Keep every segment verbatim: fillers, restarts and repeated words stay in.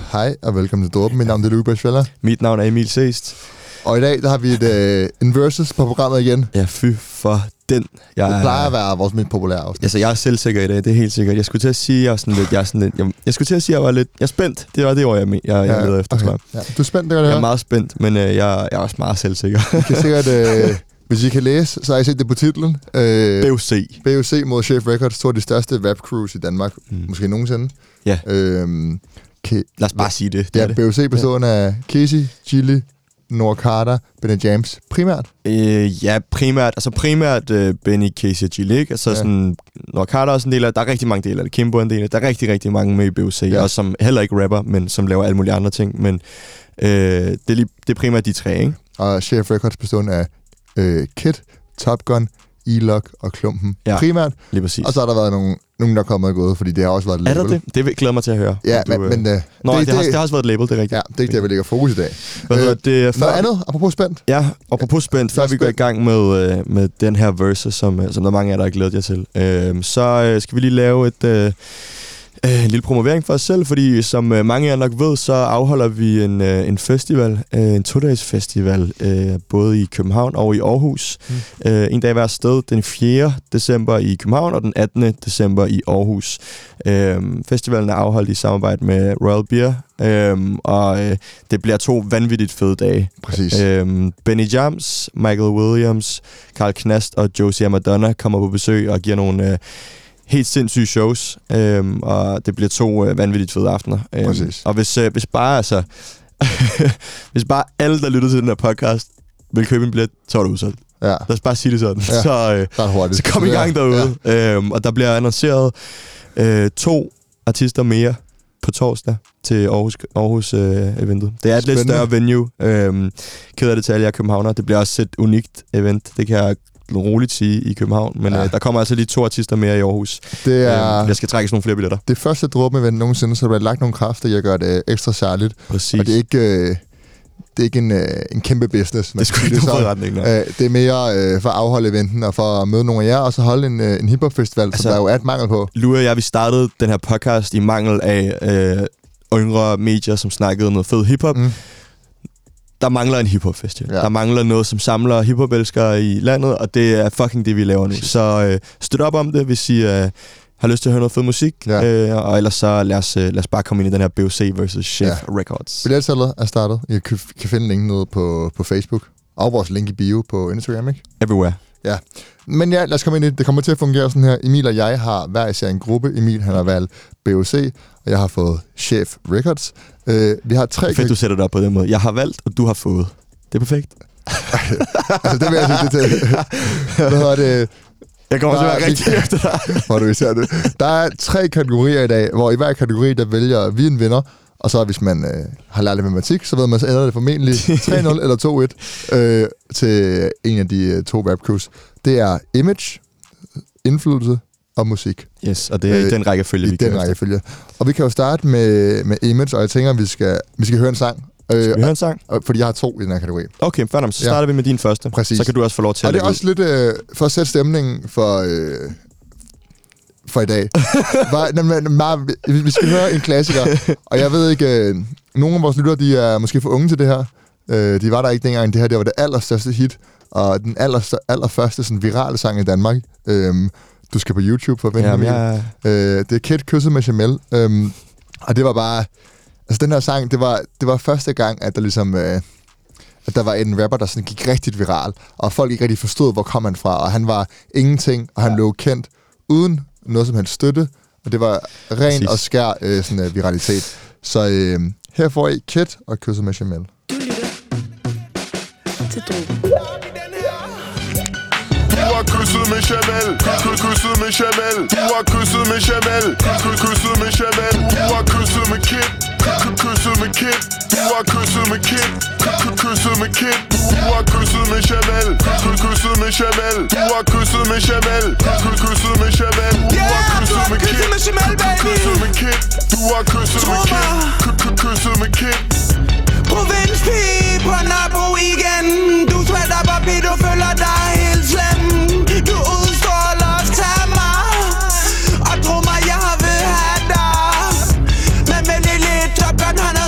Hej og velkommen til Dråben. Mit navn er Lukas Feller. Mit navn er Emil Seest. Og i dag der har vi et øh, en versus på programmet igen. Ja, fy for den. Jeg det plejer at være vores mest populære afsnit. Altså, jeg er selvsikker i dag, det er helt sikkert. Jeg skulle til at sige, jeg er sådan lidt, jeg er sådan lidt, jeg, jeg skulle til at sige, jeg var lidt, jeg er spændt. Det var det ord, jeg, jeg, jeg ja, leder efter, okay. tror jeg. Ja, du er spændt, det gør det. Jeg er meget spændt, men øh, jeg, jeg er også meget selvsikker. I kan sikkert, øh, hvis I kan læse, så har I set det på titlen. Øh, B O C. B O C mod Chef Records, to af de største rap crews i Danmark, mm. måske nogensinde. Ja. Øh, Lad os bare sige det. Det er ja, B O C bestående ja. af Casey, Chili, Noah Carter, Benny James, primært? Øh, ja, primært. Altså primært uh, Benny, Casey og Chili, ikke? Altså ja. sådan, Noah Carter er også en del af, der er rigtig mange dele af det. Kimbo er en del af, der er rigtig, rigtig mange med i B O C, ja. også som heller ikke rapper, men som laver alle mulige andre ting. Men øh, det, er lige, det er primært de tre, ikke? Og Chef Records bestående af øh, Kid, Top Gun, E-Lock og Klumpen, ja, primært. Lige præcis. Og så har der været nogen, nogen der er kommet og gået, fordi det har også været et label. Er der det? Det glæder mig til at høre. Ja, du, men... men øh, Nå, det, det, det, har, det har også været et label, det er rigtigt. Ja, det er ikke der, vi lægger fokus i dag. Hvad hedder det? Noget andet, apropos spændt. Ja, apropos spændt, før vi går i gang med, øh, med den her versus, som, som der er mange af jer, der har glædet jer til, øh, så øh, skal vi lige lave et... Øh, Øh, en lille promovering for os selv, fordi som øh, mange af jer nok ved, så afholder vi en, øh, en festival, øh, en to-dages festival, øh, både i København og i Aarhus. Mm. Øh, en dag hver sted, den fjerde december i København og den attende december i Aarhus. Øh, festivalen er afholdt i samarbejde med Royal Beer, øh, og øh, det bliver to vanvittigt fede dage. Præcis. Øh, Benny James, Michael Williams, Carl Knast og Josie Madonna kommer på besøg og giver nogle... Øh, helt sindssyge shows, øhm, og det bliver to øh, vanvittigt fede aftener. Øhm, og hvis, øh, hvis bare altså, hvis bare alle, der lytter til den her podcast, vil købe en billet, så er det udsolgt. Ja. Lad os bare sige det sådan. Ja. Så, øh, så kom i gang derude. Ja. Øhm, og der bliver annonceret øh, to artister mere på torsdag til Aarhus, Aarhus øh, eventet. Det er et Spændende. lidt større venue. Øhm, ked af detaljer af københavner. Det bliver også et unikt event. Det kan jeg roligt sige i København, men ja. øh, der kommer altså lige to artister mere i Aarhus. Det er, øh, jeg skal trække nogle flere billetter. Det første Dråben-event nogensinde, så der bliver lagt nogle kræfter i at gøre det ekstra særligt. Præcis. Og det er ikke, øh, det er ikke en, øh, en kæmpe business. Det er sgu ikke nogen forretning, øh, Det er mere øh, for at afholde eventen og for at møde nogle af jer, og så holde en, øh, en hiphop-festival, altså, som der jo er et mangel på. Lue og jeg, vi startede den her podcast i mangel af øh, yngre medier, som snakkede noget fed hiphop. Mm. Der mangler en hiphop-festival. Ja. Der mangler noget, som samler hiphop-elskere i landet, og det er fucking det, vi laver nu. Så øh, støt op om det, hvis I øh, har lyst til at høre noget fed musik. Ja. Øh, og ellers så lad os, øh, lad os bare komme ind i den her B O C versus Chef ja. Records. Billetsalget er startet. I kan, kan finde link noget på, på Facebook. Og vores link i bio på Instagram, ikke? Everywhere. Ja. Men ja, lad os komme ind i det. Det kommer til at fungere sådan her. Emil og jeg har hver især en gruppe. Emil, han har valgt B O C, og jeg har fået Chef Records. Uh, vi har tre... Fedt, du sætter det op på den måde. Jeg har valgt, og du har fået. Det er perfekt. altså, det vil jeg sige det til. Hvad hedder det? Jeg kommer til at være rigtig efter dig. Hvor du især det. Der er tre kategorier i dag, hvor i hver kategori, der vælger vi en vinder. Og så hvis man øh, har lært lidt matematik, så ved man, så ender det formentlig tre nul eller to et øh, til en af de øh, to rap crews. Det er image, indflydelse og musik. Yes, og det er øh, i den rækkefølge, vi kan I den rækkefølge. Og vi kan jo starte med, med image, og jeg tænker, at vi skal, vi skal høre en sang. Øh, skal vi høre en sang? Og, fordi jeg har to i den her kategori. Okay, færdig. Så starter ja. vi med din første. Præcis. Så kan du også få lov til og at det er også lidt øh, for at sætte stemningen for... Øh, for i dag. Var, nemlig, meget, vi skal høre en klassiker, og jeg ved ikke, øh, nogle af vores lyttere, de er måske for unge til det her. Øh, de var der ikke dengang. Det her, det var det allerstørste hit, og den aller, allerførste sådan, virale sang i Danmark. Øh, du skal på YouTube for at finde ja, jeg... øh, Det er Kid, Kysset med Jamel. Øh, og det var bare... Altså, den her sang, det var, det var første gang, at der ligesom... Øh, at der var en rapper, der sådan gik rigtig viral, og folk ikke rigtig forstod, hvor kom han fra, og han var ingenting, og han ja. blev kendt uden noget som helst støtte, og det var ren Præcis. og skær øh, sådan, øh, viralitet. Så øh, her får I Kid og Kysset med Jamel. Du lytter til Dråben. Du har kysset med Jamel, kysset med Jamel. Du har kysset med Jamel, kysset med Jamel. Du har kysset med Kid, kysset med Kid. Du har kysset med Kid, kysset med Kid. Du har kysset med Jamel, kysset med Jamel. Du har kysset med Jamel, kysset med Jamel. Du har kysset med Kid, kysset med Kid. Du har kysset med Kid, kysset med Kid. Provinspige på Nørrebro igen. Du sweater papir, du føler dig helt slem. Du udstråler til mig, og tro mig, jeg vil have dig. Men med lille Top Gun, han er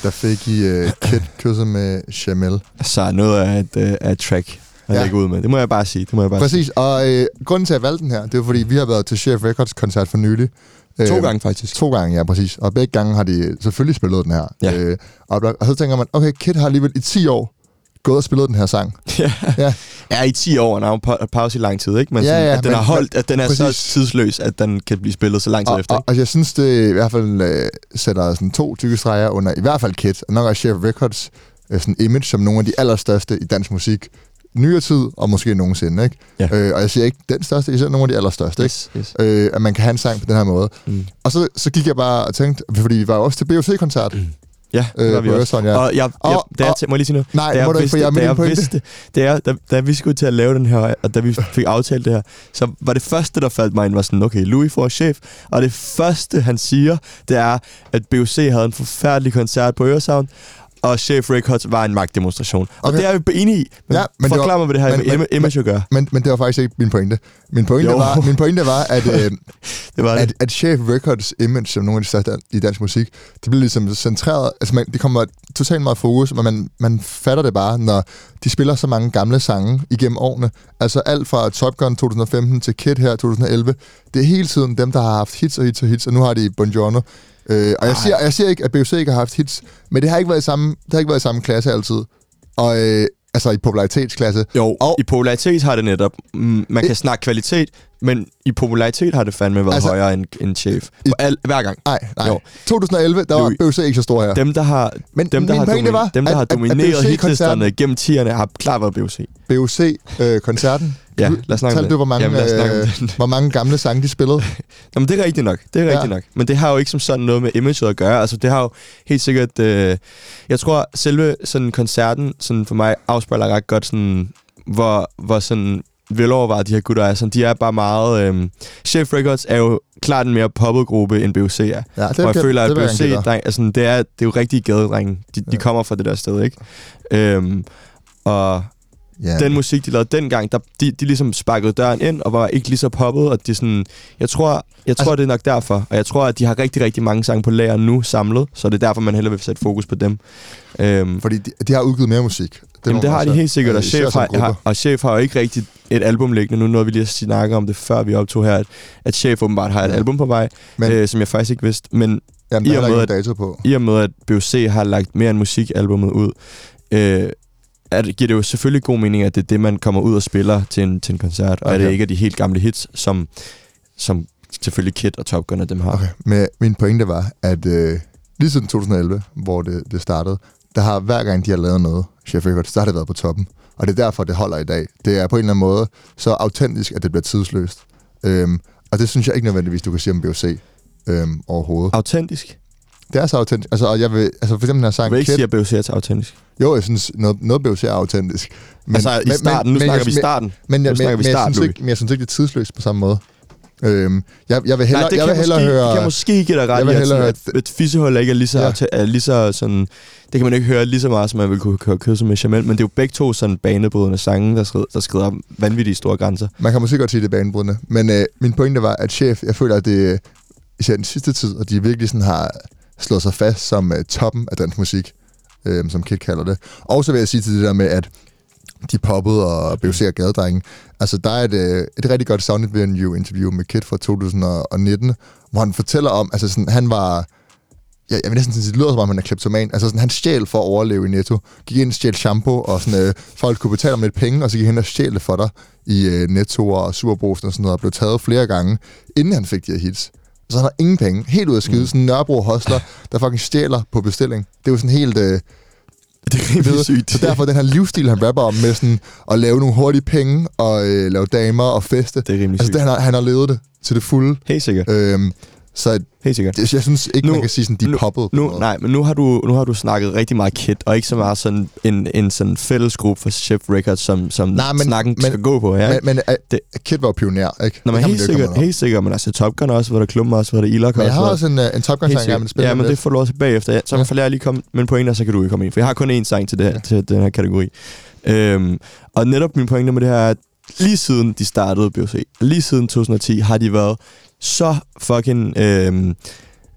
der fik I uh, Kid kysset med Jamel. Så noget af et, uh, af et track at ja. lægge ud med. Det må jeg bare sige. Det må jeg bare Præcis, sige. og øh, grunden til at jeg valgte den her, det er fordi, vi har været til Chef Records koncert for nylig. To øh, gange faktisk. To gange, ja, præcis. Og begge gange har de selvfølgelig spillet den her. Ja. Øh, og, og så tænker man, okay, Kid har alligevel i ti år gået og spillet den her sang. Ja, ja. ja i ti år, og der er jo pause i lang tid, ikke? Men ja, sådan, ja, at den men, har holdt, at den er præcis. så tidsløs, at den kan blive spillet så lang tid og, efter. Og, og jeg synes, det i hvert fald øh, sætter sådan to tykke streger under, i hvert fald Kid, og nok også Chef Records øh, sådan image som nogle af de allerstørste i dansk musik. Nyere tid, og måske nogensinde, ikke? Ja. Øh, og jeg siger ikke den største, jeg siger nogle af de allerstørste, yes, ikke? Yes. Øh, at man kan have en sang på den her måde. Mm. Og så, så gik jeg bare og tænkte, fordi vi var også til B O C-koncert. Mm. Ja, det var øh, vi også. Øresund, ja. Og jeg, jeg, og, da jeg og, tæ- må jeg lige sige noget? Nej, da må du ikke, for jeg er med da din jeg pointe. vidste, det er, da, da vi skulle til at lave den her, og da vi fik aftalt det her, så var det første, der faldt mig ind, var sådan, okay, Louis får chef, og det første, han siger, det er, at B O C havde en forfærdelig koncert på Øresund, og Chef Records var en magtdemonstration. Og okay. det er vi enige i. Men, ja, men forklar mig, hvad det her men, med image at gøre. Men, men det var faktisk ikke min pointe. Min pointe, var, min pointe var, at, øh, det var det. at, at Chef Records image, som nogle af de største i dansk musik, det bliver ligesom centreret, altså man, det kommer totalt meget fokus, men man, man fatter det bare, når de spiller så mange gamle sange igennem årene. Altså alt fra Top Gun to tusind og femten til Kid her to tusind og elleve. Det er hele tiden dem, der har haft hits og hits og hits, og nu har de Buongiorno. Øh, og jeg siger, jeg siger ikke, at B O C ikke har haft hits, men det har ikke været i samme, det har ikke været i samme klasse altid. Og øh, altså i popularitetsklasse. Jo, og i popularitet har det netop. Mm, man kan snakke kvalitet, men i popularitet har det fandme været altså, højere end, end Chef. I, Al, hver gang. Nej, nej. Jo. to tusind og elleve, der var B O C ikke så stor her. Dem, der har, men dem, der har, domi- var, dem, der at, har domineret hitlisterne gennem tierne, har klart været B O C. B O C-koncerten. Øh, ja, lad os snakke om det. Du, hvor mange, Jamen, øh, hvor mange gamle sange de spillede? Jamen, det er rigtigt nok. Det er rigtigt ja. nok. Men det har jo ikke som sådan noget med imaget at gøre. Altså, det har jo helt sikkert... Øh, jeg tror, selve sådan koncerten sådan for mig afspejler ret godt sådan, hvor, hvor sådan velovervejet de her gutter er. Sådan, de er bare meget... Øh, Chef Records er jo klart en mere poppet gruppe, end B O C er. Ja, det og jeg kan, føler, at det B O C, dreng, altså, det, er, det er jo rigtige gadedrenge. De, ja. de kommer fra det der sted, ikke? Øhm, og... Yeah. Den musik, de lavede dengang, der, de, de ligesom sparkede døren ind, og var ikke lige så poppet, og de sådan... Jeg tror, jeg tror altså, det er nok derfor, og jeg tror, at de har rigtig, rigtig mange sange på lager nu samlet, så det er derfor, man hellere vil sætte fokus på dem. Øhm, Fordi de, de har udgivet mere musik. Det, jamen, det har de helt sikkert, og Chef har, har, og Chef har jo ikke rigtig et album liggende. Nu nåede vi lige at snakke om det, før vi optog her, at, at Chef åbenbart har et ja. album på vej, men, øh, som jeg faktisk ikke vidste. Men jamen, i, og med, at, dato på. i og med, at B O C har lagt mere end musikalbummet ud, øh, at giver det jo selvfølgelig god mening, at det er det, man kommer ud og spiller til en, til en koncert, okay. og at det ikke er de helt gamle hits, som, som selvfølgelig Kid og Top Gun og dem har. Okay. Men min pointe var, at øh, lige siden to tusind og elleve, hvor det, det startede, der har hver gang de har lavet noget, Chef Records, der har det været på toppen. Og det er derfor, det holder i dag. Det er på en eller anden måde så autentisk, at det bliver tidsløst. Øhm, og det synes jeg ikke nødvendigvis, du kan sige om B O C øhm, overhovedet. Autentisk? Det er så autentisk. Altså, og jeg vil, altså for eksempel den her sang... Vil ikke sige, at B O C er til autentisk? Jo, jeg synes, noget, noget B O C er autentisk. Men, altså i starten, men, nu snakker men, vi starten. Men, nu men, snakker men, vi starten, jeg, synes ikke, men jeg synes ikke, det er tidsløst på samme måde. Øhm, jeg, jeg vil hellere, Nej, det jeg vil hellere måske, høre... Det kan måske give dig ret i, at, at, at Fissehold ikke er lige så, ja. er lige så sådan... Det kan man ikke høre lige så meget, som man vil kunne køre kysse med Jamel, men det er jo begge to sådan banebrydende sange, der skrider, der skrider vanvittige store grænser. Man kan måske godt sige, det er banebrydende, men øh, min pointe var, at Chef, jeg føler, at det især den sidste tid, og de virkelig sådan har slået sig fast som uh, toppen af dansk musik, øh, som Kid kalder det. Og så vil jeg sige til det der med, at de poppede og B O C og gadedrengen. Altså, der er et, et rigtig godt Sound Interview med Kid fra to tusind og nitten, hvor han fortæller om, altså sådan, han var... Ja, jeg vil næsten sige, det lyder som om, han er kleptoman. Altså sådan, han stjæl for at overleve i Netto. Gik ind og stjæl shampoo, og sådan, øh, folk kunne betale om lidt penge, og så gik han og stjæl det for dig i øh, Netto og Superbrugsen og sådan noget, og blev taget flere gange, inden han fik de her hits. Så han har ingen penge. Helt ud af skide. Mm. Sådan en Nørrebro hostler, der fucking stjæler på bestilling. Det er jo sådan helt... Øh, det er rimelig sygt. Så derfor den her livsstil, han rapper om med sådan at lave nogle hurtige penge, og øh, lave damer og feste. Det er rimelig altså, sygt. Det, han, har, han har levet det til det fulde. Helt sikkert. Øhm, Så helt sikkert. Jeg, jeg synes ikke, nu, man kan sige, sådan, de er poppet. Nu, nej, men nu har, du, nu har du snakket rigtig meget Kid, og ikke så meget sådan en, en sådan fællesgruppe for Chef Records, som, som nej, men, snakken men, skal gå på. Ja, men men det, Kid var jo pioner, ikke? Nå, men helt sikkert, helt sikkert, men altså Top Gun også, hvor der Klummer også, hvor der Ilok også. Men jeg har også en, en Top Gun-sang, jeg vil spille. Ja, men det får du også bagefter. Ja, så ja. får jeg lige komme med en pointe, så kan du ikke komme ind, for jeg har kun én sang til, det her, ja. til den her kategori. Øhm, og netop min pointe med det her er, at lige siden de startede B O C, lige siden to tusind og ti, har de været så fucking... Øhm,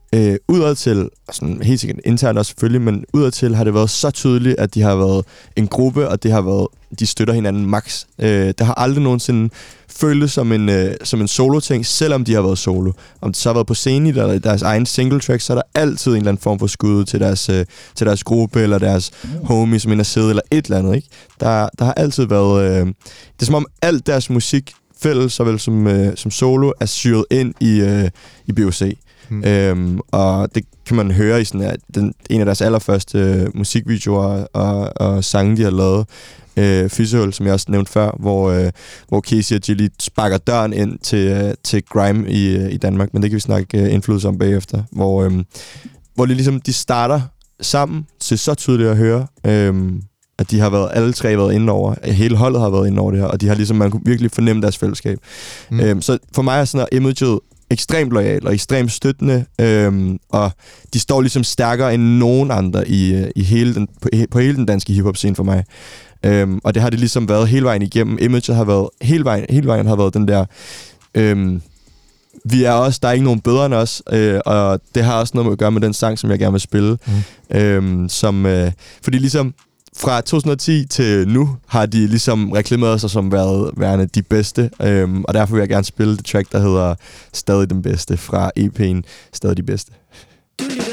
øh, udadtil, sådan helt sikkert internt også selvfølgelig, men udadtil har det været så tydeligt, at de har været en gruppe, og det har været, de støtter hinanden max. Øh, det har aldrig nogensinde føltes som en, øh, som en solo-ting, selvom de har været solo. Om det så har været på scenen eller deres egen single track, så er der altid en eller anden form for skud til deres, øh, til deres gruppe, eller deres homie, som er sidde, eller et eller andet, ikke? Der, der har altid været... Øh, det er som om alt deres musik, fælles såvel som, øh, som solo, er syret ind i, øh, i B O C. Hmm. Øhm, og det kan man høre i sådan, at den, en af deres allerførste øh, musikvideoer og, og sange, de har lavet, øh, Fisehul, som jeg også nævnte før, hvor, øh, hvor Casey og Gilly sparker døren ind til, øh, til grime i, øh, i Danmark, men det kan vi snakke øh, indflydelse om bagefter, hvor, øh, hvor det ligesom, de starter sammen, til så tydeligt at høre, øh, at de har været, alle tre været inde over, hele holdet har været inde over det her, og de har ligesom, man kunne virkelig fornemme deres fællesskab. Mm. Øhm, så for mig er sådan her imaget ekstremt loyal og ekstremt støttende, øhm, og de står ligesom stærkere end nogen andre i, i hele den, på, på hele den danske hiphop-scene for mig. Øhm, og det har det ligesom været hele vejen igennem. Imaget har været, hele vejen, hele vejen har været den der, øhm, vi er også, der er ikke nogen bedre end os, øh, og det har også noget med at gøre med den sang, som jeg gerne vil spille. Mm. Øhm, som, øh, fordi ligesom, fra to tusind og ti til nu har de ligesom reklameret sig som været, værende de bedste, øhm, og derfor vil jeg gerne spille det track, der hedder Stadig den bedste, fra E P'en Stadig de bedste. Du lytter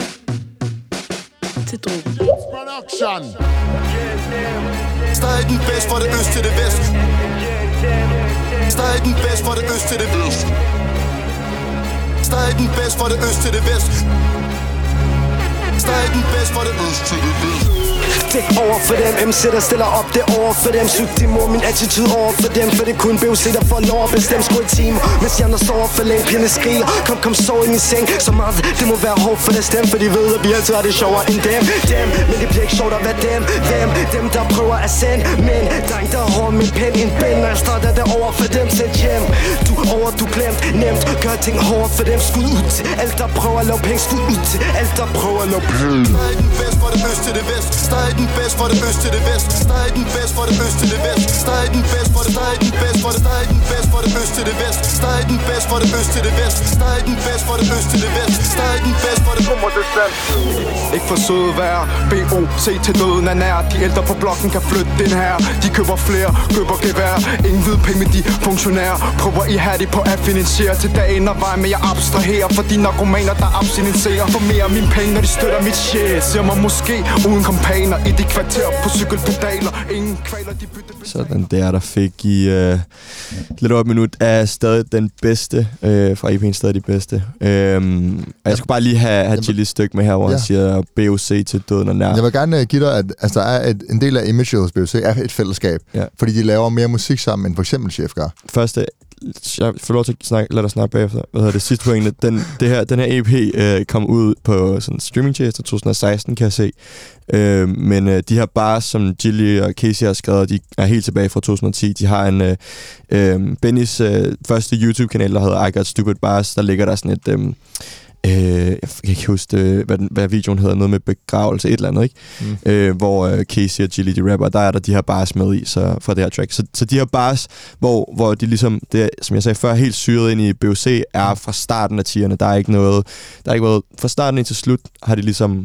til Drogen. Production. Stadig den bedste fra det øst til det vest. Stadig den bedste fra det øst til det vest. Stadig den bedste fra det øst til det vest. Stadig den bedste fra det øst til det vest. Dæk over for dem, M C der stiller op, det over for dem. Slut det mod min attitude over for dem, for det kun B O C der får lov at bestemme sgu i timer. Mens de andre sover for længe, pigerne skriger. Kom, kom, sov i min seng, så meget det må være hårdt for deres stemme, for de ved, at vi altid har det sjovere end dem. Dem, men det bliver ikke sjovt at være dem. Dem, dem der prøver at sende, men dreng der har hård med pen en ben. Når jeg starter det over for dem, sæt hjem. Du over, du glemt, nemt, gør ting hårdt for dem. Skud ud til alt der prøver at lave penge. Skud ud til alt der prøver at lave penge. Stadig den bedste fra det øst til det vest. Stadig den bedste fra det øst til det vest. Stadig den bedste fra det øst til det vest. Stadig den bedste fra det stadig den bedste fra det stadig den bedste fra det øst til det vest. Stadig den bedste fra det øst til det vest. Stadig den bedste fra det øst til det vest. Stadig den bedste fra det kommer det selv. Ikke for søde vær, B O C til døden er nær. De ældre på blokken kan flytte den her. De køber flere, køber gevær. Ingen hvide penge med de funktionærer. Prøver ihærdigt på at finansiere til dagen og vej, men jeg abstraherer for de narkomaner der abstinenserer. For mere af mine penge når de støtter mit shit. Ser mig måske uden kompaner i de kvarter på cykelpedaler. Ingen kvaler, de bytter. Sådan der, der fik i uh, lidt over et minut af Stadig den bedste, uh, fra E P'en Stadig de bedste. Um, og jeg skulle bare lige have, have Gilly stykke med her, hvor ja. han siger B O C til døden og nær. Jeg vil gerne give dig, at altså, der er et, en del af imaget hos B O C er et fællesskab, ja. fordi de laver mere musik sammen, end for eksempel Chef gør. Første, jeg får lov til at snakke, lad dig snakke bagefter. Hvad hedder det sidste pointe? Den, det her, den her E P øh, kom ud på sådan streamingtjenester to tusind og seksten, kan jeg se. Øh, men øh, de her bars, som Gilly og Casey har skrevet, de er helt tilbage fra to tusind og ti. De har en... Øh, øh, Bennys øh, første YouTube-kanal, der hedder I Got Stupid Bars, der ligger der sådan et... Øh, Øh, jeg kan ikke huske, øh, hvad, den, hvad videoen hedder, noget med begravelse, et eller andet, ikke? Mm. Øh, hvor øh, Casey og Gilly, de rapper, der er der de her bars med i, så, fra det her track. Så, så de her bars, hvor, hvor de ligesom, det, som jeg sagde før, helt syret ind i B O C, er fra starten af tierne. Der er ikke noget, der er ikke noget, fra starten til slut har de ligesom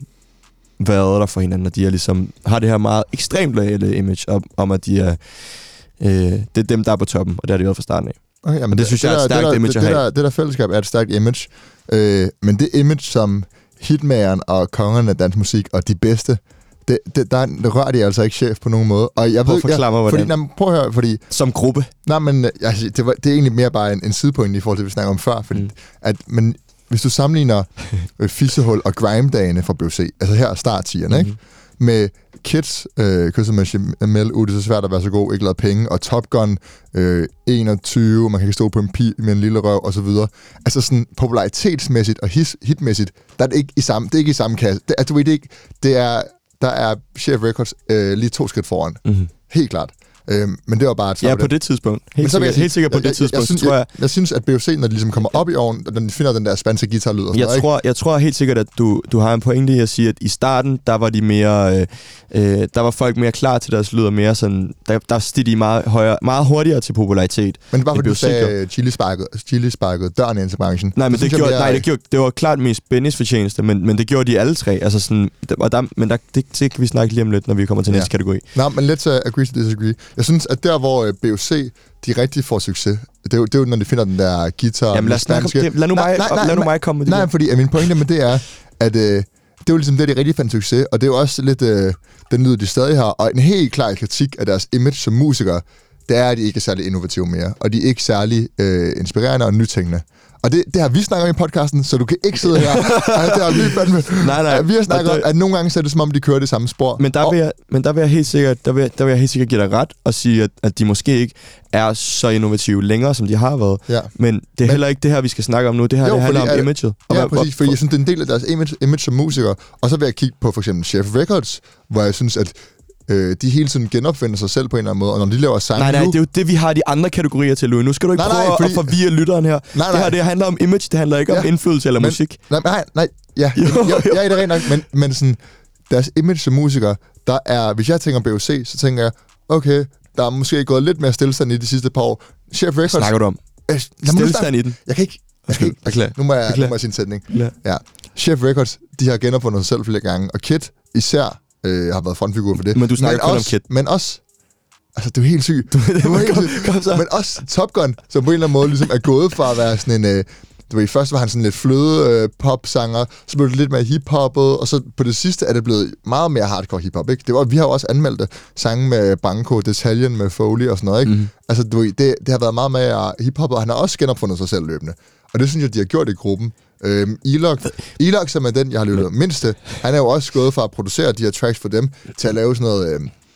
været der for hinanden, og de er ligesom, har det her meget ekstremt loyale image om, om at de er, øh, det er dem, der er på toppen, og det har de været fra starten af. Okay, jamen det, det synes det jeg er et stærkt det der, image det, at det, have. der, det der fællesskab er et stærkt image, øh, men det image, som hitmageren og kongerne af dansk musik og de bedste, det, det, der, der rører de altså ikke Chef på nogen måde. Og jeg prøv ved, at forklare mig, hvordan. Fordi, nej, prøv at høre, fordi... Som gruppe? Nej, men altså, det, var, det er egentlig mere bare en, en sidepoint i forhold til, det vi snakker om før, fordi mm. at, men hvis du sammenligner Fisehul og Grime-dagene fra B O C, altså her starttierne, mm. ikke? Med Kids, øh, Kysset med Jamel, uh, det er så svært at være så god, ikke lavet penge, og Top Gun, øh, enogtyve, man kan ikke stå på en pil med en lille røv, og så videre. Altså sådan popularitetsmæssigt og his, hitmæssigt, der er det ikke i samme, det er ikke i samme kasse. Det, du ved, det, ikke, det er, der er Chef Records øh, lige to skridt foran. Mm-hmm. Helt klart. Øhm, men det var bare et Ja, på det tidspunkt. Helt sikkert, helt sikkert på jeg, det tidspunkt, jeg, jeg, synes, tror jeg... Jeg, jeg synes, at B O C, når de ligesom kommer op i ovnen, når de finder den der spanske guitarlyd og sådan jeg noget, tror, jeg tror helt sikkert, at du, du har en pointe i at sige, at i starten, der var de mere... Øh, øh, der var folk mere klar til deres lyd, og mere sådan... Der, der steg de meget, højere, meget hurtigere til popularitet. Men det var, fordi du B O C sagde, Chili sparkede, Chili sparkede døren ind til branchen. Nej, men det, det, gjorde, jeg, nej, det, gjorde, det var klart mest Bennys fortjeneste, men, men det gjorde de alle tre. Altså sådan, og der, men der, det, det kan vi snakke lige om lidt, når vi kommer til næste ja. kategori. Nej, men let's uh, agree to disagree. Jeg synes, at der, hvor uh, B O C, de rigtig får succes, det er, jo, det er jo, når de finder den der guitar... Jamen lad, snakke, det, lad nu mig, nej, nej, lad nu mig komme med det. Nej, der. fordi at min pointe med det er, at uh, det er jo ligesom det, de rigtig fandt succes, og det er jo også lidt uh, den lyd, de stadig har, og en helt klar kritik af deres image som musikere, det er, at de ikke er særlig innovative mere, og de er ikke særlig uh, inspirerende og nytænkende. Og det, det har vi snakket om i podcasten, så du kan ikke sidde her. Altså, det har vi fandme. Nej, nej. Vi har snakket om, at nogle gange så er det som om, de kører det samme spor. Men der vil jeg, men der vil jeg helt sikkert, der vil, der vil jeg helt sikkert give dig ret og sige, at, at de måske ikke er så innovative længere, som de har været. Ja. Men det er men, heller ikke det her, vi skal snakke om nu. Det her jo, det handler om er, imaget. Ja, hvad, præcis, fordi jeg synes, det er en del af deres image, image som musikere. Og så vil jeg kigge på for eksempel Chef Records, hvor jeg synes, at Øh, de hele tiden genopfinder sig selv på en eller anden måde, og når de laver sange Nej, nej, nu... det er jo det, vi har de andre kategorier til, Louis. Nu skal du ikke nej, prøve nej, fordi... at forvirre lytteren her. Nej, nej. Det her, det handler om image, det handler ikke ja. om indflydelse eller men, musik. Nej, nej, nej, ja, jo, jeg, jeg, jo. jeg er det rent nok, men, men sådan, deres image som musikere, der er, hvis jeg tænker B O C, så tænker jeg, okay, der er måske gået lidt mere stillestand i de sidste par år. Chef Records... Snakker du om? Øh, stillestand i den? Jeg kan ikke... Jeg kan ikke okay. Nu må jeg, nu må jeg sige en sætning. Ja. Chef Records, de har genopfundet sig selv flere gange, og Kid især Øh, har været frontfigur for det. Men du snakker kun om Kid. Men også... Altså, det er jo helt sygt. Det er helt sygt. Men også Top Gun, som på en eller anden måde ligesom er gået fra at være sådan en... Øh, du ved, først var han sådan lidt fløde øh, pop-sanger, så blev det lidt mere hip-hoppet, og så på det sidste er det blevet meget mere hardcore hip-hop, ikke? Det var, vi har jo også anmeldt det. Sange med Banco, Detaljen med Foley og sådan noget, ikke? Mm-hmm. Altså, du ved, det, det har været meget mere hip-hoppet, og han har også genopfundet sig selv løbende. Og det synes jeg, de har gjort i gruppen. Øhm, Elok, Elok, som er den, jeg har lyttet mindst til, han er jo også gået fra at producere de her tracks for dem, til at lave sådan noget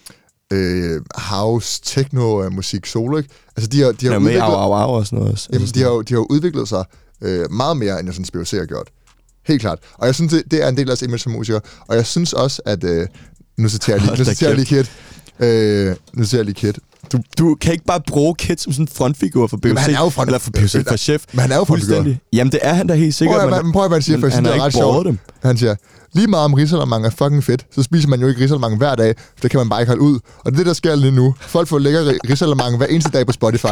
øh, øh, house, techno-musik solo, ikke? Altså, de har, de har ja, udviklet... Au, au, au og sådan noget. Jamen, de har jo de har udviklet sig øh, meget mere, end jeg synes, B O C har gjort. Helt klart. Og jeg synes, det, det er en del af deres image som musiker. Og jeg synes også, at... Øh, nu citerer jeg lige, nu citerer jeg lige Kid. Øh, nu citerer jeg lige Kid. Du, du kan ikke bare bruge Kid som sådan en frontfigur for B O C. Men han er jo front... Eller for B O C, for Chef. Men han er jo frontfigur. Jamen, det er han da helt sikkert. Prøv at, man, prøv at man siger, for jeg synes, det er ret sjovt. Dem. Han siger, lige meget om risalemang er fucking fedt, så spiser man jo ikke risalemang hver dag, for det kan man bare ikke holde ud. Og det er det, der sker lige nu. Folk får lækker risalemang hver eneste dag på Spotify.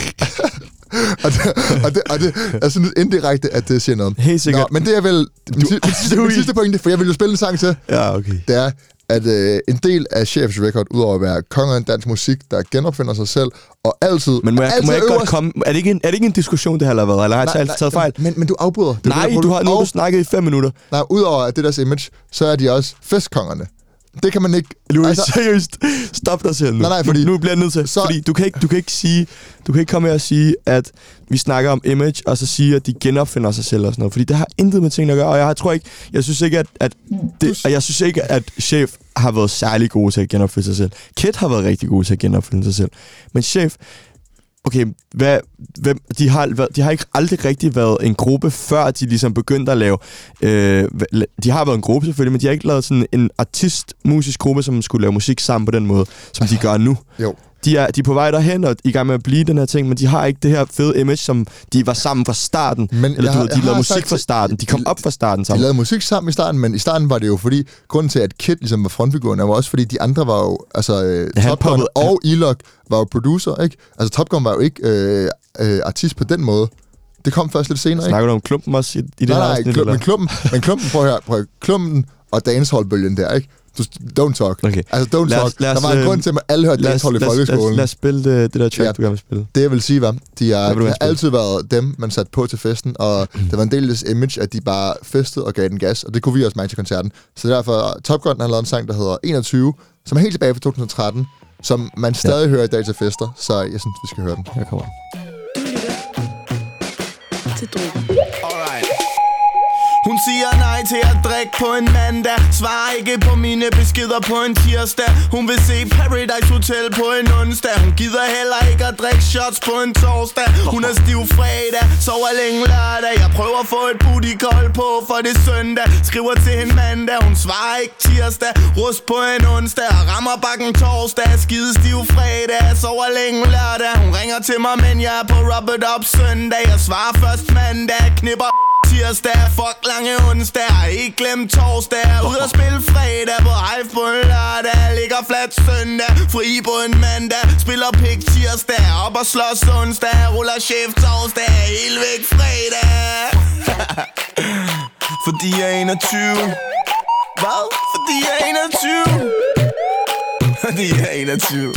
og, det, og, det, og det, jeg synes indirekte, at det siger noget. Helt sikkert. Nå, men det er vel... Min, du, min, sidste, min sidste pointe, for jeg vil jo spille en sang til. Ja, okay. Det er, at øh, en del af Chefs Record, udover at være konger af dansk musik, der genopfinder sig selv, og altid... Men må jeg, altid må jeg øverst... godt komme... Er det, ikke en, er det ikke en diskussion, det her har været? Eller har jeg taget, taget fejl? Men, men du afbryder. Det nej, du har nu du snakket i fem minutter. Nej, udover at det deres image, så er de også festkongerne. Det kan man ikke... Louis, altså, seriøst, stop dig selv nu. Nej, nej, fordi... Nu, nu bliver jeg nødt til... Så... Fordi du kan, ikke, du kan ikke sige... Du kan ikke komme her og sige, at vi snakker om image, og så sige, at de genopfinder sig selv og sådan noget. Fordi det har intet med tingene at gøre, og jeg tror ikke... Jeg synes ikke, at... at det, og jeg synes ikke, at Chef har været særlig god til at genopfinde sig selv. Kid har været rigtig god til at genopfinde sig selv. Men Chef... Okay, hvad, hvem, de, har, de har ikke aldrig rigtig været en gruppe, før de ligesom begyndte at lave... Øh, de har været en gruppe selvfølgelig, men de har ikke lavet sådan en artist-musisk gruppe, som skulle lave musik sammen på den måde, som de gør nu. Jo. De er, de er på vej derhen og i gang med at blive den her ting, men de har ikke det her fede image, som de var sammen fra starten. Men Eller du ved, de lavede musik fra starten. De kom op fra starten sammen. De lavede musik sammen i starten, men i starten var det jo fordi... Grunden til, at Kid ligesom var frontfiguren, var også fordi, de andre var jo... Altså, øh, Top Gun og Elok var jo producer, ikke? Altså, Top Gun var jo ikke øh, øh, artist på den måde. Det kom først lidt senere, ikke? Snakker du om klumpen også i, i det nej, her nej, afsnit? Nej, men klumpen, men klumpen, prøv at høre, prøv at høre, klumpen og dancehall-bølgen der, ikke? Don't talk. Okay. Altså, don't lad os, talk. lad os, der var en grund til, at alle hørte dancehall i folkeskolen. Lad, lad os spille det, det der track, ja, du gerne vil spille. Det jeg vil sige, var, de, er, de har spille? altid været dem, man satte på til festen, og mm. det var en del af deres image, at de bare festede og gav den gas, og det kunne vi også mærke til koncerten. Så derfor, Top Gun har lavet en sang, der hedder enogtyve, som er helt tilbage fra to tusind og tretten, som man stadig ja. hører i dag til fester, så jeg synes, vi skal høre den. Her kommer. Til Drogen. Alright. Hun siger nej til at drikke på en mandag. Svarer ikke på mine beskeder på en tirsdag. Hun vil se Paradise Hotel på en onsdag. Hun gider heller ikke at drikke shots på en torsdag. Hun er stiv fredag, sover længe lørdag. Jeg prøver at få et booty call på, for det er søndag. Skriver til hende mandag, hun svarer ikke tirsdag. Rust på en onsdag og rammer bakken torsdag. Skide stiv fredag, sover længe lørdag. Hun ringer til mig, men jeg er på Rub It Up søndag. Jeg svarer først mandag, knipper tirsdag, fuck lange onsdag. Ikke glem torsdag, ud og spille fredag. På Hive på en lørdag, ligger flat søndag. Fri på en mandag, spiller pik tirsdag. Op og slås onsdag, ruller chef torsdag. Helt væk fredag. Fordi jeg er enogtyve. Hvad? Fordi jeg er enogtyve. Fordi jeg er enogtyve.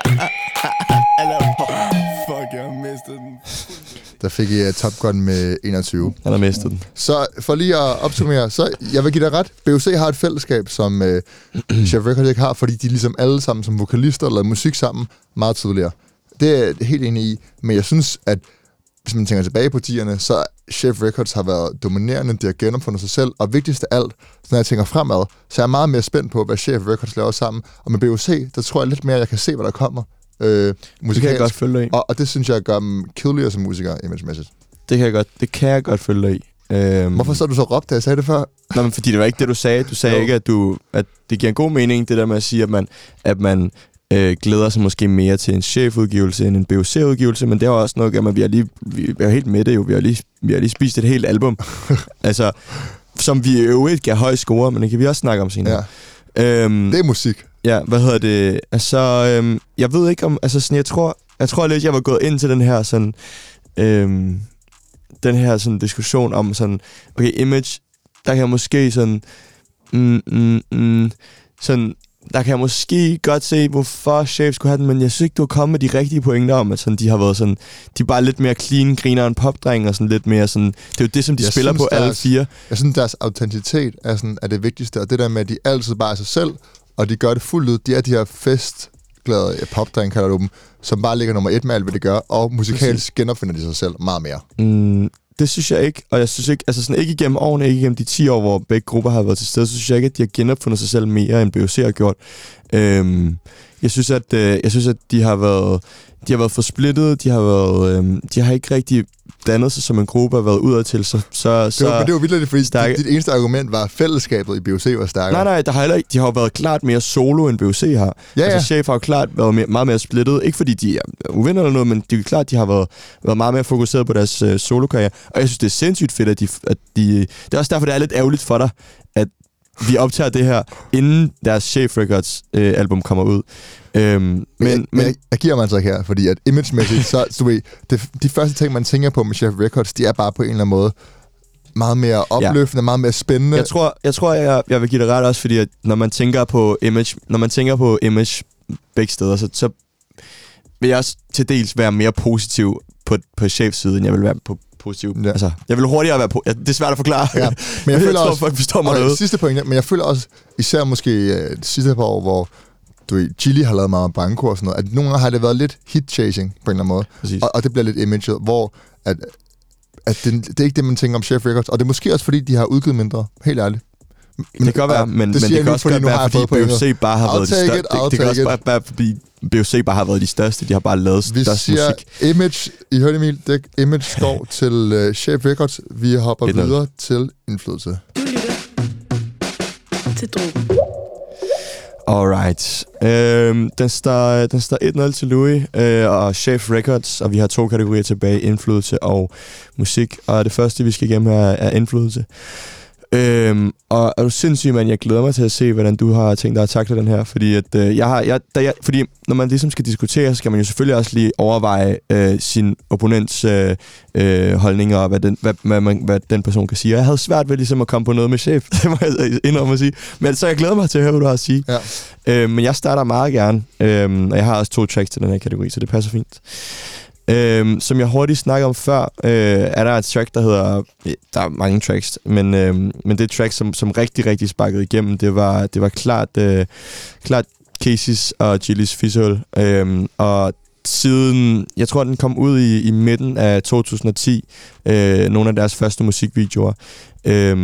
Fuck, jeg har mistet den. Der fik I uh, Top Gun med enogtyve. Han har mistet den. Så for lige at opsummere, så jeg vil give dig ret. B O C har et fællesskab, som uh, Chef Records ikke har, fordi de ligesom alle sammen som vokalister lavede musik sammen meget tidligere. Det er jeg helt enig i, men jeg synes, at hvis man tænker tilbage på tierne, så Chef Records har været dominerende, de har genopfundet sig selv, og vigtigst af alt, så når jeg tænker fremad, så er jeg meget mere spændt på, hvad Chef Records laver sammen. Og med B O C, der tror jeg lidt mere, at jeg kan se, hvad der kommer. Øh, det kan jeg godt følge dig i. Og, og det synes jeg gør dem kedeligere som musikere, image-mæssigt. Det kan jeg godt, det kan jeg godt følge dig i. Øhm. Hvorfor så du så råbt, da jeg sagde det før? Nå, men fordi det var ikke det, du sagde. Du sagde jo. ikke, at, du, at det giver en god mening, det der med at sige, at man, at man øh, glæder sig måske mere til en chefudgivelse end en B O C-udgivelse, men det er også noget, at vi er, lige, vi er helt med det jo. Vi har lige, vi har lige spist et helt album, altså, som vi jo ikke gav høj score, men det kan vi også snakke om senere. Ja. Øhm, det er musik. Ja, hvad hedder det? Altså, øhm, jeg ved ikke om... Altså, sådan, jeg tror, jeg tror lidt, jeg var gået ind til den her sådan... Øhm, den her sådan diskussion om sådan... Okay, image, der kan jeg måske sådan... Mm, mm, mm, sådan... Der kan jeg måske godt se, hvorfor Chef skulle have den, men jeg synes ikke, du har kommet med de rigtige pointer om, at sådan, de har været sådan... De er bare lidt mere clean, griner en popdreng, og sådan lidt mere sådan... Det er jo det, som de jeg spiller synes, på deres, alle fire. Jeg synes, deres autenticitet er, sådan, er det vigtigste, og det der med, at de altid bare er sig selv, og de gør det fuldt ud. De er de her festglade popdreng, kalder du dem, som bare ligger nummer et med alt, hvad de gør, og musikalsk genopfinder de sig selv meget mere. Mm, det synes jeg ikke, og jeg synes ikke, altså sådan ikke igennem årene, ikke igennem de ti år, hvor begge grupper har været til stede, så synes jeg ikke, at de har genopfundet sig selv mere, end B O C har gjort. Øhm, jeg synes, at øh, jeg synes, at de har været, de har været for splittet, de har været, øh, de har ikke rigtig dannet sig som en gruppe og været udad til, så... så, så det var, men det var vildt, fordi stærke. dit eneste argument var, at fællesskabet i B O C var stærkere. Nej, nej, der har heller ikke, de har jo været klart mere solo, end B O C har. Ja, altså, ja. Chef har jo klart været mere, meget mere splittet, ikke fordi de er uvenner eller noget, men det er klart, de har været, været meget mere fokuseret på deres øh, solokarriere, og jeg synes, det er sindssygt fedt, at de, at de... Det er også derfor, det er lidt ærgerligt for dig, at vi optager det her, inden deres Chef Records øh, album kommer ud. Øhm, men, men, jeg, men jeg, jeg giver mig altså ikke her, fordi at image-mæssigt, så du ved, det, de første ting, man tænker på med Chef Records, de er bare på en eller anden måde meget mere opløftende, ja. meget mere spændende. Jeg tror, jeg, tror jeg, jeg vil give dig ret også, fordi at når man tænker på image, når man tænker på image begge steder, så, så vil jeg også til dels være mere positiv på, på Chefs-siden, end jeg vil være på positiv. Ja. Altså, jeg vil hurtigere være på... Ja, det er svært at forklare. Ja, men jeg, jeg føler tror, også, folk forstår mig noget. Sidste point, men jeg føler også, især måske uh, det sidste par år, hvor du ved, Chili har lavet meget banko og sådan noget, at nogle gange har det været lidt hit-chasing på en eller anden måde. Og, og det bliver lidt imaget, hvor at, at det, det er ikke det, man tænker om Chef Records. Og det er måske også, fordi de har udgivet mindre. Helt ærligt. Men, det kan godt være, men det, men det kan også godt være, fordi B O C bare har været de største. Det, det kan også være, fordi B O C bare har været de største. De har bare lavet størst musik. Vi siger Image, I hørte Emil, det Image står til uh, Chef Records. Vi hopper Et videre til indflydelse. Du lytter til Drogen. Alright. Øhm, den står, den står et nul til Louis øh, og Chef Records, og vi har to kategorier tilbage, indflydelse og musik. Og det første, vi skal igennem her, er indflydelse. Øhm, og er du sindssyg, mand? Jeg glæder mig til at se, hvordan du har tænkt dig at takle den her, fordi at øh, jeg har, jeg, da jeg, fordi når man ligesom skal diskutere, så skal man jo selvfølgelig også lige overveje øh, sin opponents øh, øh, holdninger og hvad den, hvad, hvad, man, hvad den person kan sige. Og jeg havde svært ved ligesom at komme på noget med Chef, det må jeg indrømme at sige. Men så jeg glæder mig til at høre, hvad du har at sige. Ja. Øh, men jeg starter meget gerne, øh, og jeg har også to tracks til den her kategori, så det passer fint. Øhm, som jeg hurtigt snakkede om før, øh, er der et track, der hedder... Der er mange tracks, men, øh, men det track, som, som rigtig, rigtig sparkede igennem, det var, det var klart, øh, klart Casey's og Chili's Visual. Øh, og siden... Jeg tror, den kom ud i, i midten af to tusind og ti. Øh, nogle af deres første musikvideoer. Øh,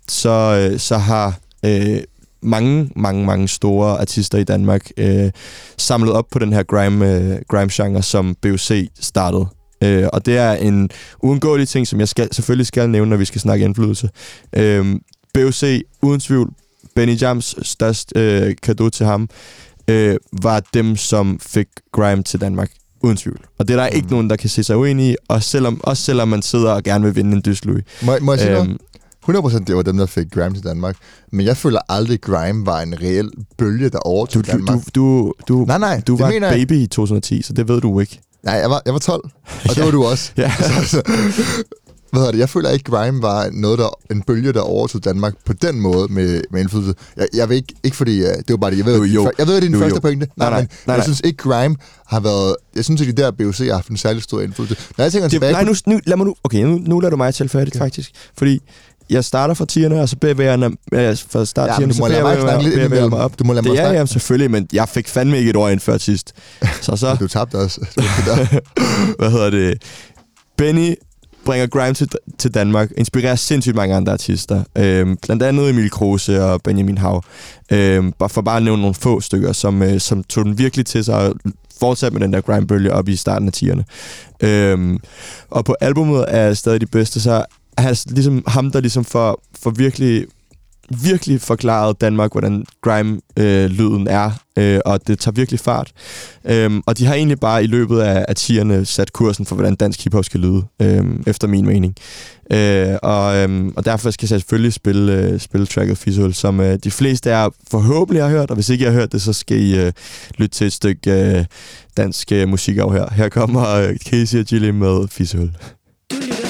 så, øh, så har øh, mange, mange, mange store artister i Danmark øh, samlet op på den her grime, øh, grime-genre, som B O C startede. Øh, og det er en uundgåelig ting, som jeg skal, selvfølgelig skal nævne, når vi skal snakke indflydelse. Øh, B O C, uden tvivl, Benny Jams største øh, cadeau til ham, øh, var dem, som fik grime til Danmark. Uden tvivl. Og det er der mm. ikke nogen, der kan se sig uenig i, også selvom, også selvom man sidder og gerne vil vinde en dyst Louis. Må, må jeg sige øhm, noget? hundrede procent det var dem, der fik grime til Danmark. Men jeg føler aldrig, grime var en reel bølge, der overtog du, Danmark. Du, du, du, nej, nej, du var et baby i to tusind og ti, så det ved du ikke. Nej, jeg var, jeg var tolv, og det var du også. Ja. så, så, hvad hedder det? Jeg føler ikke, grime var noget der, en bølge, der overtog Danmark på den måde med, med indflydelse. Jeg, jeg ved ikke, ikke fordi, det var bare det, jeg ved, jo, jo. jeg ved, det er din jo, første jo. pointe. Nej, nej, nej, men nej, jeg nej. synes ikke, grime har været, jeg synes ikke, det der B O C har haft en særlig stor indflydelse. Når jeg tænker det, tilbage nej, på... nu, nu, lad mig nu, okay, nu, nu lader du mig tale færdigt, okay. faktisk. Fordi jeg starter fra tierne, og så bevæger jeg mig fra start ja, tierne, så bevæger jeg mig, mig op. Du må lade mig det er snakke. jeg selvfølgelig, men jeg fik fandme ikke et år ind før sidst. Så så... du tabte også. Hvad hedder det? Benny bringer grime til, til Danmark, inspirerer sindssygt mange andre artister. Øhm, blandt andet Emil Kruse og Benjamin Hav. Øhm, bare for bare at nævne nogle få stykker, som, øh, som tog den virkelig til sig og fortsatte med den der grime-bølge op i starten af tierne. Øhm, og på albumet er stadig de bedste, så er han ligesom ham, der ligesom for, for virkelig virkelig forklaret Danmark, hvordan grime-lyden øh, er, øh, og det tager virkelig fart. Øhm, og de har egentlig bare i løbet af, af tierne sat kursen for, hvordan dansk hiphop skal lyde, øh, efter min mening. Øh, og, øh, og derfor skal jeg selvfølgelig spille, øh, spille tracket Visual, som øh, de fleste af jer forhåbentlig har hørt, og hvis ikke I har hørt det, så skal I øh, lytte til et stykke øh, dansk øh, musik af her. Her kommer øh, Casey og Gilly med Visual. Du lytter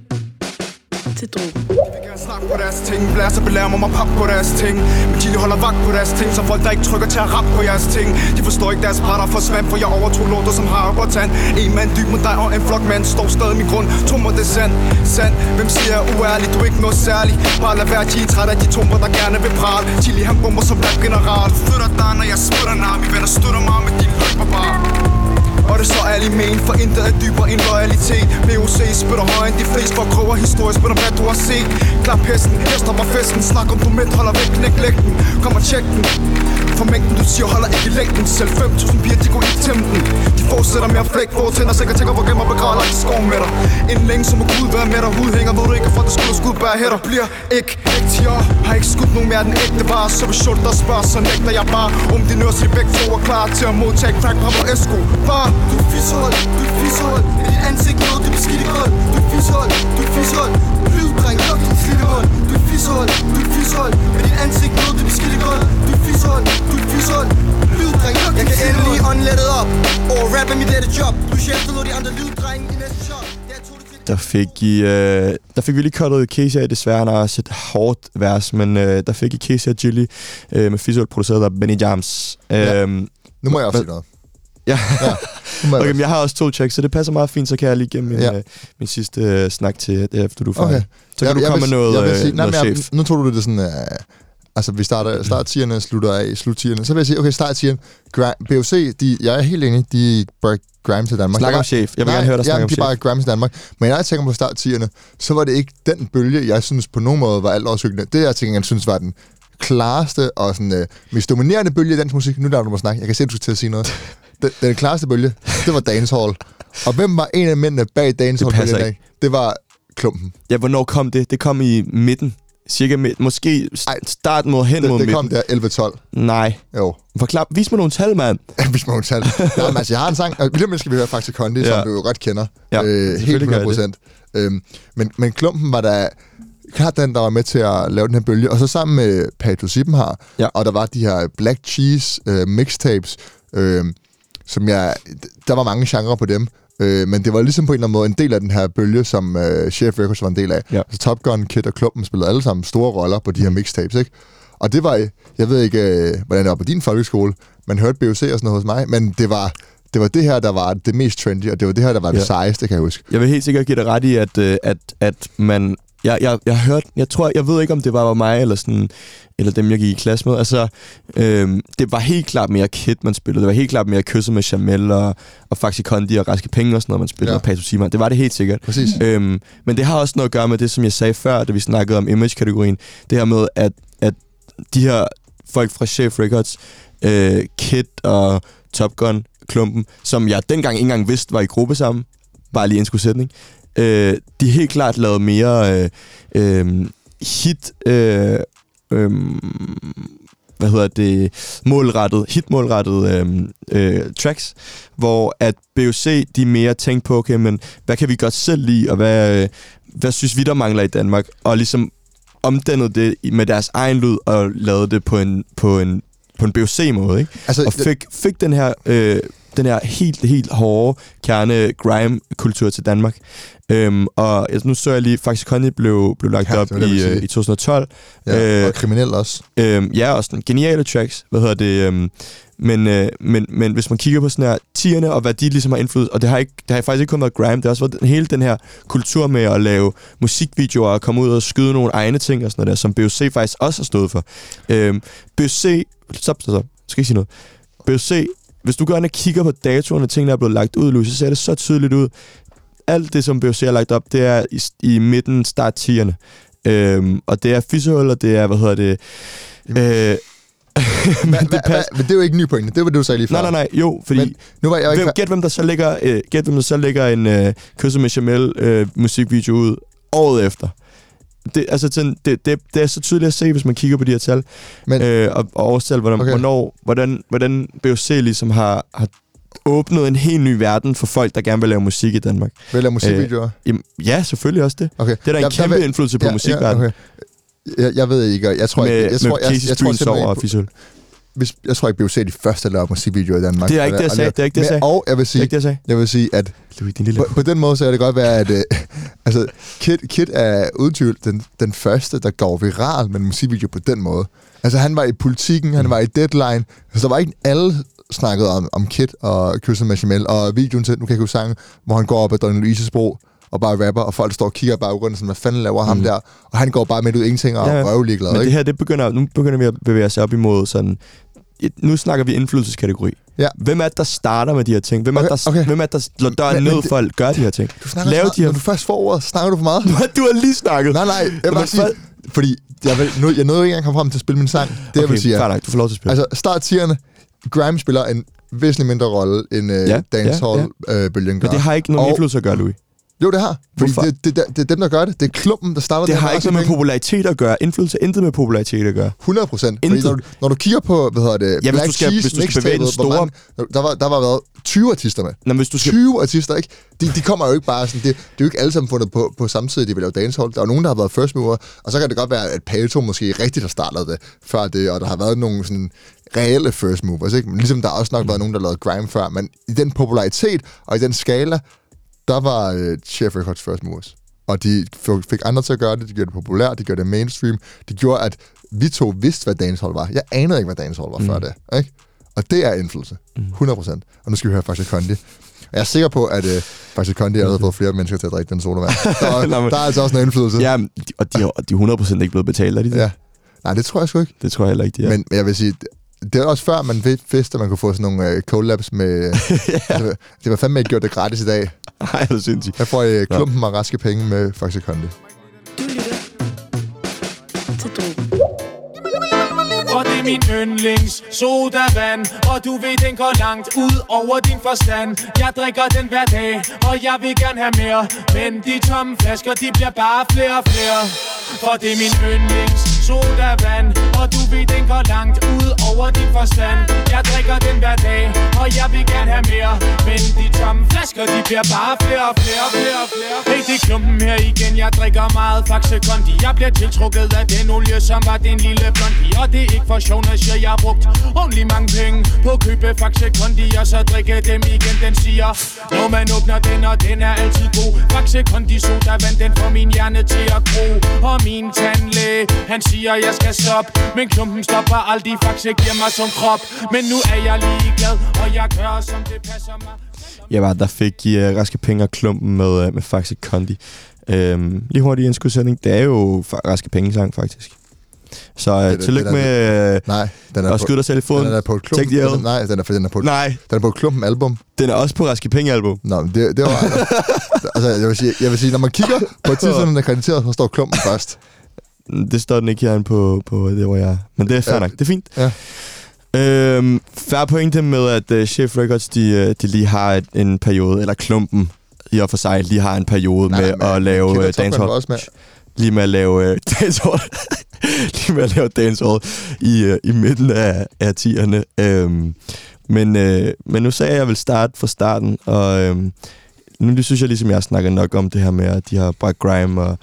til Drogen. Snak på deres ting, blæser belærer mig pap på deres ting. Men Gilly holder vagt på deres ting, så folk der ikke trykker til at rappe på jeres ting. De forstår ikke deres brætter forsvandt, for jeg overtog lortet som har og tand. En mand dyb mod dig og en flok mand står stadig min grund. To må det sand, sand. Hvem siger jeg uærlig, du er ikke noget særligt. Bare lad være, Gilly træt af de tumper, der gerne vil prale. Gilly han bomber som rap general. Flytter dig, når jeg spytter nar. Mine venner støtter mig med din løber bare. Og det så ærlig men, for intet er dybere end loyalitet. B O C spytter højere end de fleste, for kroger historie spytter hvad du har set. Klap hesten, her stopper festen. Snak om du midt, holder væk, knæk lægten. Kom og tjek den. For mængden du siger holder ikke i længden. Selv fem tusind piger, de går i tempen. De fortsætter med at flække for tænder. Sikkert tænker, hvor gemmer begraver langt i skoven med dig. Inden længe så må Gud være med dig. Hud hænger, ved du ikke, for det skud og skud bærer hætter. Bliver ikke ægte, jeg har ikke skudt nogen mere den ægte var. Så hvis short der spørger, så nægter jeg bare. Om de nørs i begge to er klar til at modtage crack fra vores esko. Bare du er fishold, du er fishold. Med dit ansigt noget, det beskidte godt. Du er fishold, du er fishold. Lyddreng, luk din slidte hold. Du er fishold, du er fishold. Med dit ansigt noget, det beskidte godt. Du er fishold, du er fishold. Lyddreng, luk din slidte hold. Jeg kan endelig åndlettet op. Og rappe mit lette job. Du chefter lå de andre lyddrenge i næste shot. Der fik, I, øh, der fik vi lige cuttet Casey af, desværre. Han har også et hårdt vers, men øh, der fik I Casey og Gilly øh, med Visual produceret af Benny Jams. Ja. Øhm, nu må jeg også sige noget. Ja, ja okay, men jeg har også to checks, så det passer meget fint, så kan jeg lige gennem min, ja. øh, min sidste øh, snak til det, efter du er færdig. Okay. Så kan jeg, du komme vil, med noget, jeg vil sige, øh, nej, noget jeg, chef. Nu tog du det sådan, uh, altså vi starter start tierne, slutter af slut tierne. Så vil jeg sige, okay, start tierne. B O C, de, jeg er helt enig, de bør grime til Danmark. Snak om chef. Jeg vil nej, gerne høre dig snakke om chef. chef. de bare grime til Danmark. Men jeg tænker på start tierne, så var det ikke den bølge, jeg synes på nogen måde var alt oversøgende. Det jeg tænker, jeg synes var den klareste og sådan uh, mest dominerende bølge i dansk musik. Nu der du må snakke. Jeg kan se, at du skal til at sige noget. Den, den klareste bølge, det var dancehall. Og hvem var en af mændene bag dancehall på den dag? Det var Klumpen. Ja, hvornår kom det? Det kom i midten. Cirka midt, måske start mod hen det, mod det midten. kom der elleve tolv. Nej. Jo. Forklar, vis mig nogle tal, mand. Vis mig nogle tal. Nej, men altså, jeg har en sang, og lige skal vi høre faktisk Kondi, ja. som du jo godt kender. Ja, øh, helt hundrede procent. Øhm, men, men Klumpen var der klart den, der var med til at lave den her bølge. Og så sammen med Pato Sippenhar, ja. og der var de her Black Cheese øh, mixtapes, øh, som jeg... Der var mange genrer på dem. Øh, men det var ligesom på en eller anden måde en del af den her bølge, som øh, Chef Records var en del af. Ja. Altså Top Gun, Kid og Klumpen spillede alle sammen store roller på de her mixtapes, ikke? Og det var, jeg ved ikke, øh, hvordan det var på din folkeskole, man hørte B O C og sådan noget hos mig, men det var det, var det her, der var det mest trendy, og det var det her, der var ja. det sejeste, kan jeg huske. Jeg vil helt sikkert give dig ret i, at, at, at man jeg, jeg, jeg hørte, jeg tror, jeg ved ikke, om det bare var mig, eller sådan, eller dem, jeg gik i klasse med. Altså, øhm, det var helt klart mere Kid, man spillede. Det var helt klart mere Kysset med Jamel, og, og Faxi Kondi, og Raske Penge, og sådan noget, man spillede, ja. Og Pato Simon. Det var det helt sikkert. Præcis. Øhm, men det har også noget at gøre med det, som jeg sagde før, da vi snakkede om image-kategorien. Det her med, at, at de her folk fra Chef Records, øh, Kid og Top Gun, Klumpen, som jeg dengang ikke engang vidste var i gruppe sammen, bare lige en skudsætning, øh, de helt klart lavede mere øh, øh, hit, øh, øh, hvad hedder det, målrettet, hitmålrettet øh, øh, tracks, hvor at B O C, de mere tænkte på, okay, men hvad kan vi godt selv lide, og hvad, øh, hvad synes vi, der mangler i Danmark, og ligesom omdannede det med deres egen lyd, og lavede det på en, på en, på en B O C-måde, ikke? Altså, og fik, fik den her... Øh, den her helt, helt hårde kerne grime-kultur til Danmark. Øhm, og nu så jeg lige, faktisk Kondi blev, blev lagt ja, op det, i, øh, i to tusind og tolv. Ja, øh, og Kriminel også. Øhm, ja, og sådan geniale tracks. Hvad hedder det? Øhm, men, øh, men, men hvis man kigger på sådan her tierne, og hvad de ligesom har indflydelse, og det har, ikke, det har faktisk ikke kun været grime, det har også været hele den her kultur med at lave musikvideoer, og komme ud og skyde nogle egne ting, og sådan noget der, som B O C faktisk også har stået for. Øhm, B O C... Stop, stop, stop. Skal ikke sige noget. B O C... Hvis du går ind og kigger på datoerne, ting, der er blevet lagt ud, Louis, så ser det så tydeligt ud. Alt det, som B O C har lagt op, det er i, i midten, start tierne. Øhm, og det er Fissehul, og det er, hvad hedder det... Øh, men, det hva, hva, men det er jo ikke en ny pointe. Det var det, du sagde lige før. Nej, nej, nej. Jo, fordi... Men, nu var jeg ikke... Gæt, hvem der så lægger, øh, gæt, hvem der så lægger en øh, Kysset med Jamel øh, musikvideo ud året efter. Det, altså, sådan, det, det, det er så tydeligt at se, hvis man kigger på de her tal. Men, øh, og, og overstal, hvordan, okay. hvornår, hvordan, hvordan B O C ligesom har, har åbnet en helt ny verden for folk, der gerne vil lave musik i Danmark. Vil lave musikvideoer? Øh, ja, selvfølgelig også det. Okay. Det er da en jeg, kæmpe jeg, indflydelse på ja, musikverdenen. Ja, okay. jeg, jeg ved ikke, jeg tror med, ikke... Jeg, tror, jeg, jeg, jeg, tror simpelthen og Fissehul. Hvis, jeg tror ikke, B O C er de første, der laver musikvideoer i Danmark. Det er ikke det, jeg sagde. Det er ikke det, jeg sagde. Og jeg vil sige, det det, jeg, jeg vil sige at Louis, din lille... på, på den måde, så kan det godt være, at øh, altså, Kid, Kid er uden tvivl den, den første, der går viral med en musikvideo på den måde. Altså, han var i Politikken, han var i Deadline, så der var ikke alle snakket om, om Kid og Kysset med Jamel, og videoen til, nu kan jeg ikke huske sangen, hvor han går op ad Dronning Louises bro, og bare rapper, og folk står og kigger bare rundt, sådan, hvad fanden laver mm. ham der? Og han går bare midt ud ingenting og ja, røvlig glad, men ikke? det her, det begynder, nu begynder vi at bevæge os op imod sådan... Nu snakker vi indflydelseskategori. Ja. Hvem er det, der starter med de her ting? Hvem er det, okay, der, okay. hvem er det, der døren ned for at gøre de her ting? Du snakker Lave de her... Når du først får ordet, snakker du for meget. Du har lige snakket. Nej, nej, jeg bare sige... Fordi jeg, vil, nu, jeg nåede ikke engang komme frem til at spille min sang. Det okay, jeg vil sige er... du får lov til at spille. Altså, start-tierne, grime spiller en væsentlig mindre rolle end uh, ja, dancehall-bølgen ja, ja. øh, Men det har ikke nogen og... indflydelse at gøre, Louis. Jo, det har. Fordi det, det, det, det er dem, der gør det. Det er klumpen, der starter det. Det har ikke noget med popularitet at gøre. Indflydelse intet med popularitet at gøre. hundrede procent. Når, du, når du kigger på, hvad hedder det, ja, Black hvis du skal, Cheese, hvis du skal bevæge den store... Man, der var, der var været tyve artister med. Nå, hvis du skal... tyve artister, ikke? De, de kommer jo ikke bare sådan... Det, det er jo ikke alle sammen fundet på, på samme tid, de vil lave dancehall. Der er nogen, der har været first mover, og så kan det godt være, at Pato måske rigtigt har startet det før det, og der har været nogle sådan reelle first movers, ikke? Men ligesom der har også nok mm. været nogen, der lavede grime før, men i den popularitet og i den skala, der var uh, Chef Records first movers. Og de fik andre til at gøre det, de gjorde det populært, de gjorde det mainstream, de gjorde, at vi to vidste, hvad dancehall var. Jeg anede ikke, hvad dancehall var mm. før det, ikke? Og det er indflydelse. hundrede procent. Og nu skal vi høre Faxi Kondi. Jeg er sikker på, at uh, Faxi Kondi har fået flere mennesker til at drikke den sodavand. Der, der er altså også noget indflydelse. Ja, og de, og de er hundrede procent ikke blevet betalt, er de det? Ja. Nej, det tror jeg sgu ikke. Det tror jeg heller ikke, de er. Men jeg vil sige... Det er også før, man vidste, at man kunne få sådan nogle uh, collabs med... ja. altså, det var fandme ikke gjort det gratis i dag. Nej, det er sindssygt. Jeg får uh, klumpen og raske penge med Faxi Kondi. Du lytter til Drogen. Og det er min yndlings sodavand, og du ved, den går langt ud over din forstand. Jeg drikker den hver dag, og jeg vil gerne have mere, men de tomme flasker, de bliver bare flere og flere. For det er min yndlings sodavand, og du ved, den går langt ud over din forstand. Jeg drikker den hver dag, og jeg vil gerne have mere, men de tomme flasker, de bliver bare flere og flere og flere og flere. Hey, det er klumpen her igen, jeg drikker meget Faxi Kondi. Jeg bliver tiltrukket af den olie, som var den lille blondie, og det er ikke for sjov, når jeg siger, jeg har brugt ordentlig mange penge på at købe Faxi Kondi, og så drikke dem igen. Den siger, når man åbner den, og den er altid god. Faxi Kondi sodavand, den får min hjerne til at gro. Og min tandlæge, han siger, siger jeg skal stoppe, men klumpen stopper aldrig, faktisk giver mig som krop. Men nu er jeg ligeglad, og jeg gør som det passer mig. Ja, bare, der fik I uh, Raske Penge og Klumpen med, uh, med Faxe Kondi. Øhm, lige hurtigt indskudsætning. Det er jo Raske Penge-sang, faktisk. Så uh, tillykke med uh, nej, den er at skyde dig selv i foden. Den er på et Klumpen. Den, nej, den er, den er på et, nej. Den er på et Klumpen-album. Den er også på Raske Penge-album. Nå, men det, det var... altså, jeg vil, sige, jeg vil sige, når man kigger på et tidspunkt, den er krediteret, så står Klumpen først. Det står den ikke herinde på, på det, hvor jeg er. Men det er fair ja. nok. Det er fint. Ja. Øhm, fair pointe med, at uh, Chef Records, de, de lige har et, en periode, eller Klumpen i og for sig, lige har en periode nej, med nej, at lave uh, dancehall. Lige med at lave uh, dancehall. lige med at lave dancehall i, uh, i midten af, af tierne. Øhm, men, uh, men nu sagde jeg, at jeg vil starte fra starten, og um, nu synes jeg ligesom, jeg snakker nok om det her med, at de har bragt grime og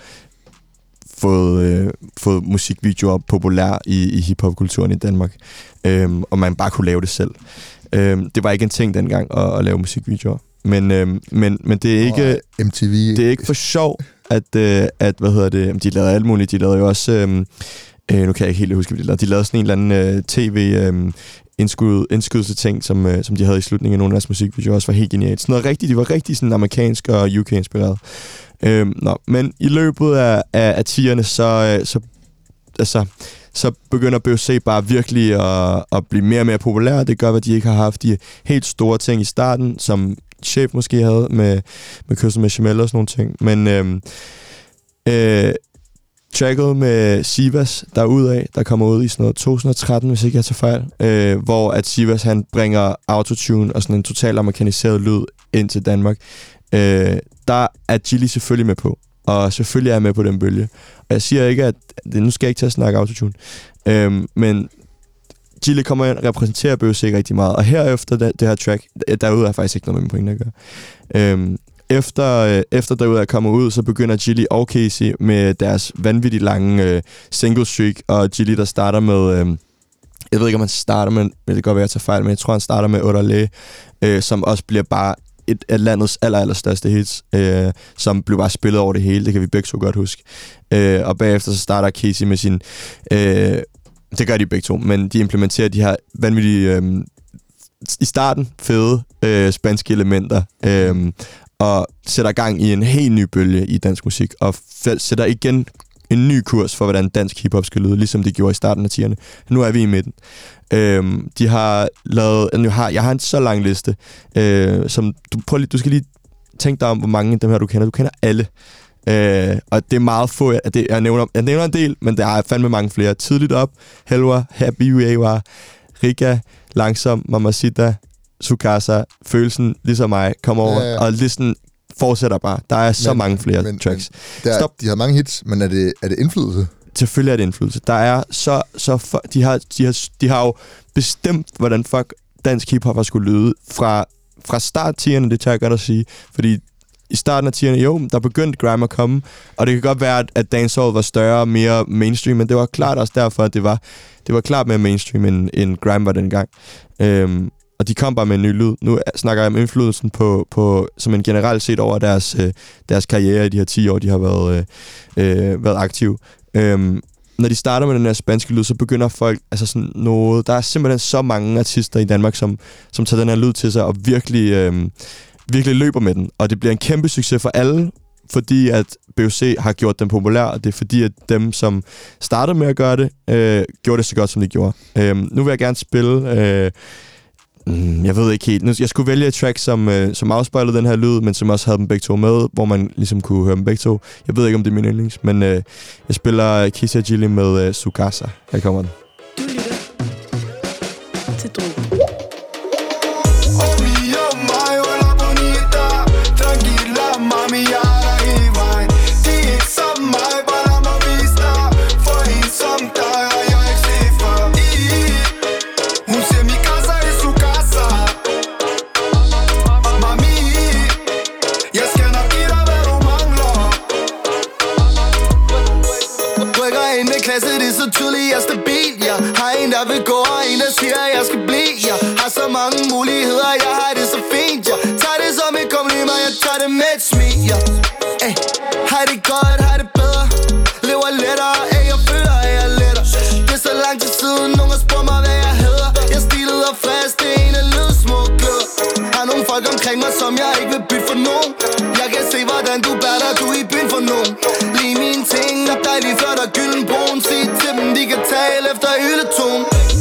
fået, øh, fået musikvideoer populær i, i hiphop-kulturen i Danmark. Øhm, og man bare kunne lave det selv. Øhm, det var ikke en ting dengang at, at lave musikvideoer. Men, øhm, men, men det er ikke... M T V. Det er ikke for sjov, at, øh, at hvad hedder det... De lavede alt muligt. De lavede jo også... Øh, øh, nu kan jeg ikke helt huske, hvad de lavede. De lavede sådan en eller anden øh, tv... Øh, indskud, indskydelse ting, som, øh, som de havde i slutningen af nogle af deres musikvideoer, også var helt genialt. Sådan noget rigtigt, de var rigtig sådan amerikansk og U K-inspireret. Øhm, nå, men i løbet af, af, af tierne, så, så, altså, så begynder B O C bare virkelig at, at blive mere og mere populær. Det gør, at de ikke har haft de helt store ting i starten, som Chef måske havde med, med Kysset med Jamel og sådan nogle ting. Men øhm, øh, tracket med Sivas derudaf, der kommer ud i sådan noget to tusind og tretten, hvis ikke jeg tager fejl, øh, hvor at Sivas han bringer autotune og sådan en total amerikaniseret lyd ind til Danmark. Øh, der er Gilly selvfølgelig med på, og selvfølgelig er jeg med på den bølge. Og jeg siger ikke, at det, nu skal jeg ikke til at snakke autotune, øh, men Gilly kommer ind og repræsenterer B O C rigtig meget, og herefter det, det her track, derude er faktisk ikke noget med min pointe at gøre. Øh, Efter, øh, efter derude er kommet ud, så begynder Gilly og Casey med deres vanvittigt lange øh, single streak, og Gilly, der starter med, øh, jeg ved ikke, om han starter med, det kan godt være, at jeg tager fejl, men jeg tror, han starter med Odalé, øh, som også bliver bare et af landets aller, aller største hits, øh, som blev bare spillet over det hele, det kan vi begge to godt huske. Øh, og bagefter så starter Casey med sin, øh, det gør de begge to, men de implementerer de her vanvittige, øh, i starten fede øh, spanske elementer, øh, og sætter gang i en helt ny bølge i dansk musik, og sætter igen en ny kurs for, hvordan dansk hiphop skal lyde, ligesom det gjorde i starten af tierne. Nu er vi i midten. Øhm, de har lavet... Nu har, jeg har en så lang liste, øh, som... Du, prøv lige, du skal lige tænke dig om, hvor mange af dem her du kender. Du kender alle. Øh, og det er meget få... Jeg, det, jeg, nævner, jeg nævner en del, men der er fandme mange flere. Tidligt op, Helwa, Happy Weaver, Rika, Langsom, Mamacita, Sukasa, Følelsen, ligesom mig, kom over, ja, ja. Og listen fortsætter bare. Der er så men, mange flere men, tracks. Men der, de har mange hits, men er det, er det indflydelse? Selvfølgelig er det indflydelse. Der er så... så for, de, har, de, har, de har jo bestemt, hvordan fuck dansk hiphop har skulle lyde fra, fra start-tierne, det tager jeg godt at sige. Fordi i starten af tierne, jo, der begyndte grime at komme, og det kan godt være, at dancehall var større og mere mainstream, men det var klart også derfor, at det var, det var klart mere mainstream, end, end grime var dengang. Øhm, Og de kom bare med en ny lyd. Nu snakker jeg om indflydelsen på, på som en generelt set over deres, øh, deres karriere i de her ti år, de har været, øh, øh, været aktive. Øhm, når de starter med den her spanske lyd, så begynder folk, altså sådan noget, der er simpelthen så mange artister i Danmark, som, som tager den her lyd til sig og virkelig, øh, virkelig løber med den. Og det bliver en kæmpe succes for alle, fordi at B O C har gjort den populær, og det er fordi, at dem, som startede med at gøre det, øh, gjorde det så godt, som de gjorde. Øh, nu vil jeg gerne spille... Øh, Jeg ved ikke helt. Nu, jeg skulle vælge et track, som, øh, som afspejlede den her lyd, men som også havde dem begge to med, hvor man ligesom kunne høre dem begge to. Jeg ved ikke, om det er min yndlings, men øh, jeg spiller Casey og Gilly med øh, Sukasa. Her kommer den. Du lytter til Drogen. Det er så tydeligt, jeg er stabil, ja. Har en, der vil gå, og en, der siger, at jeg skal blive, ja. Har så mange muligheder, jeg har det så fint, ja. Tag det som et kompliment, jeg tager det med et smil, ja. Ey, har det godt, har det bedre. Lever lettere, ey, jeg føler, at jeg er lettere. byt for nogen. Jeg kan se, hvordan du bærer dig, du er i byen for nogen. Lige mine ting, og dejlig før der gylden brun. Sig til dem, de kan tale efter hyldeton.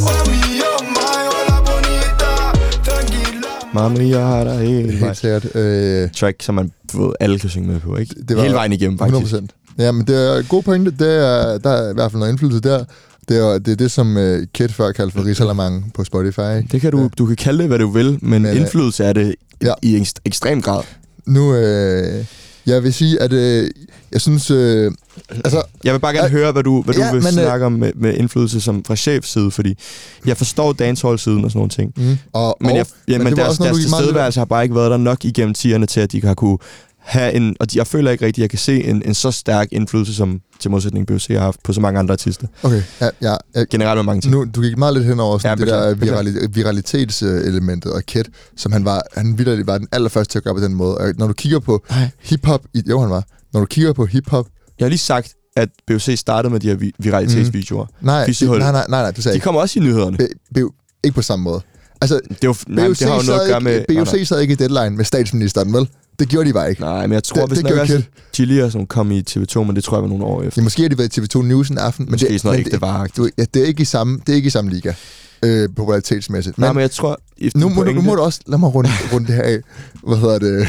Mami, jeg har dig helt Helt sikkert. Øh, track, som man ved, alle kan synge med på, ikke? Det var hele vejen igennem, faktisk. hundrede procent. Ja, men det er god pointe. Det er, der er i hvert fald noget indflydelse der. Det er det, er det som uh, Kid før kaldte for risalamang på Spotify. Ikke? Det kan du, ja. du kan kalde det, hvad du vil, men, men indflydelse er det ja. i ekst- ekstrem grad. Nu, øh, jeg vil sige, at øh, jeg synes... Øh, altså, jeg vil bare gerne øh, høre, hvad du, hvad du ja, vil men, snakke om med, med indflydelse som fra chefside, fordi jeg forstår dancehall-siden og sådan nogle ting. Mm. Og, men, jeg, ja, men, men deres, deres tilstedeværelse har bare ikke været der nok igennem tierne til, at de har kunne have en... Og jeg føler ikke rigtigt, at jeg kan se en, en så stærk indflydelse, som til modsætning B O C har haft på så mange andre artister. Okay, ja, ja, ja. Generelt med mange ting. Nu, du gik meget lidt hen over sådan ja, det der virali- viralitetselementet og Kid, som han var, han vitterligt var den allerførste til at gøre på den måde. Og når du kigger på hiphop... Jo, han var. Når du kigger på hiphop... Jeg har lige sagt, at B O C startede med de her viralitetsvideoer. Mm. Nej, det, nej, nej, nej, nej, du sagde de kommer også i nyhederne. B- B- ikke på samme måde. Altså, det, var, nej, det har jo noget at gøre med... B O C sad ikke i Deadline med statsministeren, vel? Det gjorde de bare ikke. Nej, men jeg tror, det, hvis det også Chili, som kom i T V to, men det tror jeg var nogle år efter. Ja, måske har de været i T V to News en aften, men måske det, sådan noget men ægte varagtigt. Ja, det er ikke i samme, det er ikke i samme liga, øh, popularitetsmæssigt. Nej, men, men jeg tror... Nu må, nu må du også... Lad mig runde, runde det her af. Hvad hedder det?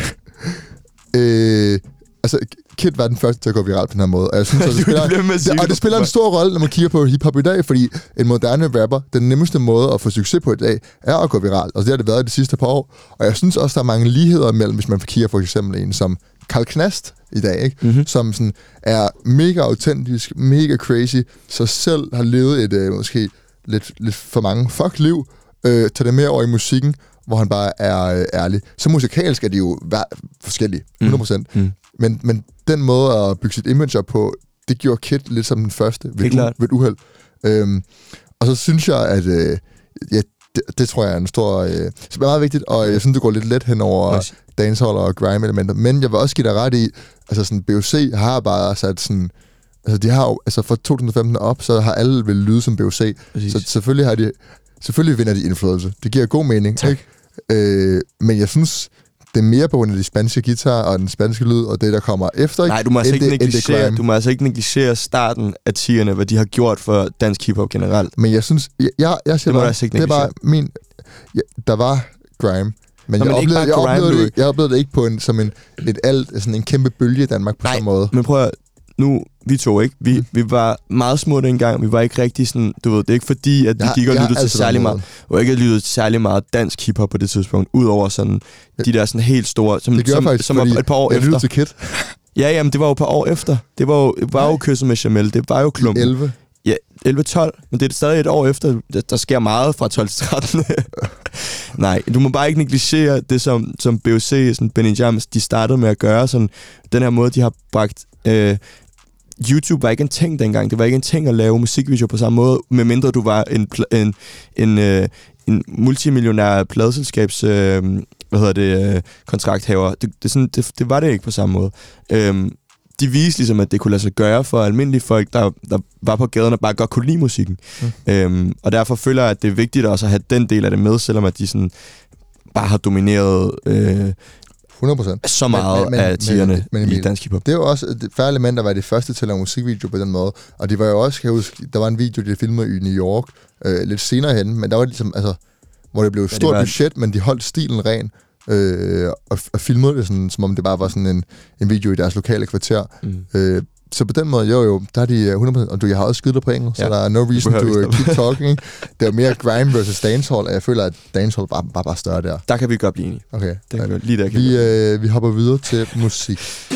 Øh, altså, Kid var den første til at gå viralt på den her måde, og jeg synes, at det spiller, det, og det spiller en stor rolle, når man kigger på hiphop i dag, fordi en moderne rapper, den nemmeste måde at få succes på i dag, er at gå viralt, og det har det været de sidste par år, og jeg synes også, der er mange ligheder mellem, hvis man kigger for eksempel en som Carl Knast i dag, ikke? Mm-hmm. Som sådan er mega autentisk, mega crazy, så selv har levet et øh, måske lidt, lidt for mange fuck-liv, øh, tager det mere over i musikken, hvor han bare er øh, ærlig. Så musikalsk er de jo hver- forskellige, hundrede procent. Mm. Mm. Men, men den måde at bygge sit image op på, det gjorde Kid lidt som den første ved, u- ved et uheld. Øhm, og så synes jeg, at øh, ja, det, det tror jeg er en stor... Øh, så er meget vigtigt, og jeg synes, det går lidt let hen over yes. dancehall og grime-elementer. Men jeg vil også give dig ret i, altså sådan B O C har bare sat sådan... Altså de har jo, altså fra to tusind og femten op, så har alle vel lyde som B O C. Præcis. Så selvfølgelig har de... Selvfølgelig vinder de indflydelse. Det giver god mening, tak. Ikke? Øh, men jeg synes... Det er mere på grund af de spanske guitarer og den spanske lyd, og det, der kommer efter. Ikke? Nej, du må, altså ikke negligere, du må altså ikke negligere starten af tierne, hvad de har gjort for dansk hiphop generelt. Men jeg synes, jeg, jeg, jeg siger det, bare, altså det er bare min... Ja, der var grime, men, Nå, jeg, men oplevede, jeg, grime, oplevede det, jeg oplevede det ikke på en, som en, et alt, sådan en kæmpe bølge i Danmark på Nej, samme måde. Men prøv at, nu, vi to, ikke? Vi, mm. vi var meget små dengang. Vi var ikke rigtig sådan, du ved, det er ikke fordi, at vi jeg, gik og lyttede til særlig meget, og ikke lyttede til særlig meget dansk hiphop på det tidspunkt, udover sådan, de der sådan helt store, som, det som, faktisk, som var et par år jeg efter. Jeg lyttede til Kid. Ja, jamen, det var jo et par år efter. Det var jo, var jo Kysset med Jamel, det var jo Klumpen. elleve Ja, elleve tolv, men det er stadig et år efter. Der, der sker meget fra tolv til tretten. Nej, du må bare ikke negligere det, som, som B O C, sådan Benny Jams, de startede med at gøre. Sådan, den her måde, de har bragt... Øh, YouTube var ikke en ting dengang. Det var ikke en ting at lave musikvideoer på samme måde, medmindre du var en, pl- en, en, øh, en multimillionær pladeselskabs... Øh, hvad hedder det, øh, kontrakthaver. Det, det, sådan, det, det var det ikke på samme måde. Øhm, de viste ligesom, at det kunne lade sig gøre for almindelige folk, der, der var på gaden og bare godt kunne lide musikken. Mm. Øhm, og derfor føler jeg, at det er vigtigt også at have den del af det med, selvom at de sådan bare har domineret øh, hundrede procent så meget men, men, af tierne i dansk hiphop. Det er jo også færre elementer, der var det første til at lave musikvideo på den måde. Og det var jo også, kan jeg huske, der var en video, de filmede i New York, øh, lidt senere hen, men der var ligesom, altså, hvor det blev et stort ja, budget, men de holdt stilen ren. Øh, og, og filmede det sådan, som om det bare var sådan en, en video i deres lokale kvarter. Mm. Øh, så på den måde, jo jo, der er de hundrede procent, og du, jeg har også skidt på engelsk, ja. Så der er no reason to uh, keep talking. Ikke? Det er mere grime versus dancehall, og jeg føler, at dancehall bare, bare, bare større der. Der kan vi godt blive enige. Okay. Det kan vi, lige der kan vi, øh, vi hopper videre til musik. Du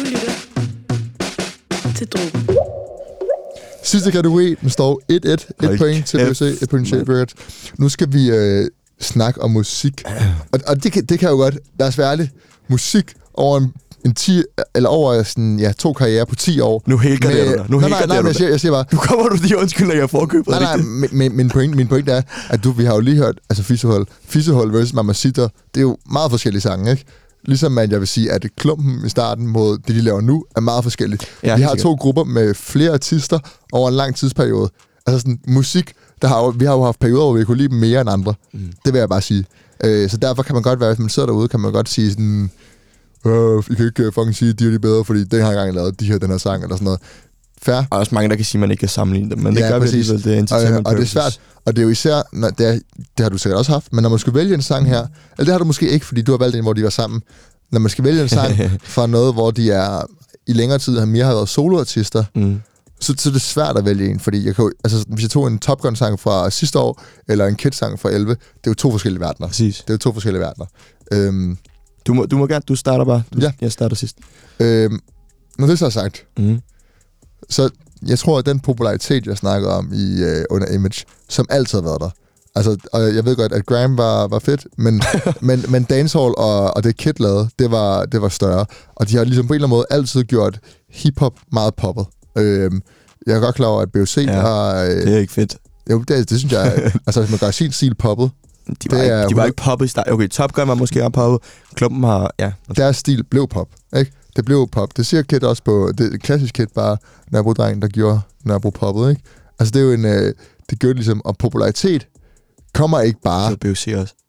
lytter til Drogen. Sidste kategori, den står et et. Et point til B O C, et point til Shade. Nu skal vi øh, snakke om musik. Og, og det, kan, det kan jo godt, lad os være ærlig, musik over en, en ti, eller over sådan, ja, to karriere på ti år. Nu helt garderer du dig. Nu helt garderer du dig. Jeg siger bare... Nu kommer du lige undskyld, at jeg forkøber. Nej, nej, min, min, point, min point er, at du, vi har jo lige hørt, altså Fissehold, Fissehold versus Mamacita, det er jo meget forskellige sange, ikke? Ligesom at jeg vil sige, at Klumpen i starten mod det, de laver nu, er meget forskelligt. Ja, vi har to grupper med flere artister over en lang tidsperiode. Altså sådan musik, der har jo, vi har jo haft perioder, hvor vi kunne lide dem mere end andre. Mm. Det vil jeg bare sige. Øh, så derfor kan man godt være, hvis man sidder derude, kan man godt sige sådan, øh, I kan ikke uh, fucking sige, at de er de bedre, fordi den her gang jeg lavet de her, den her sang, eller sådan noget. Fair. Og også mange, der kan sige, at man ikke kan sammenligne dem, men det ja, gør præcis. vi alligevel, det er entertainment og, og det er svært, og det er jo især, når det, er, det har du sikkert også haft, men når man skal vælge en sang her, eller det har du måske ikke, fordi du har valgt en, hvor de var sammen, når man skal vælge en sang fra noget, hvor de er i længere tid, har mere har været soloartister, mm. så, så det er det svært at vælge en, fordi jeg kan jo, altså, hvis jeg tog en Top Gun-sang fra sidste år, eller en Kid-sang fra elleve, det er jo to forskellige verdener. Præcis. Det er jo to forskellige verdener. Øhm, du, må, du må gerne, du starter bare. Du, ja. Jeg starter sidst. Øhm, når det så er sagt, mm. så jeg tror, at den popularitet, jeg snakkede om i øh, under Image, som altid har været der. Altså, og jeg ved godt, at Grime var, var fedt, men, men, men dancehall og, og det Kid lavede, det var, det var større. Og de har ligesom på en eller anden måde altid gjort hiphop meget poppet. Øhm, jeg er godt klar over, at B O C ja, har... Øh, det er ikke fedt. Jo, det, det synes jeg... altså, hvis man gør sin stil poppet... De var, ikke, de var ikke poppet i start. Okay, Top Gun var måske ret poppet. Klumpen har... Ja. Deres stil blev pop, ikke? Det blev pop. Det siger Kid også på... Det er klassisk Kid, bare Nørrebro-drengen, der gjorde Nørrebro poppet, ikke? Altså, det er jo en... Øh, det gør ligesom... Og popularitet kommer ikke bare... Så B O C også.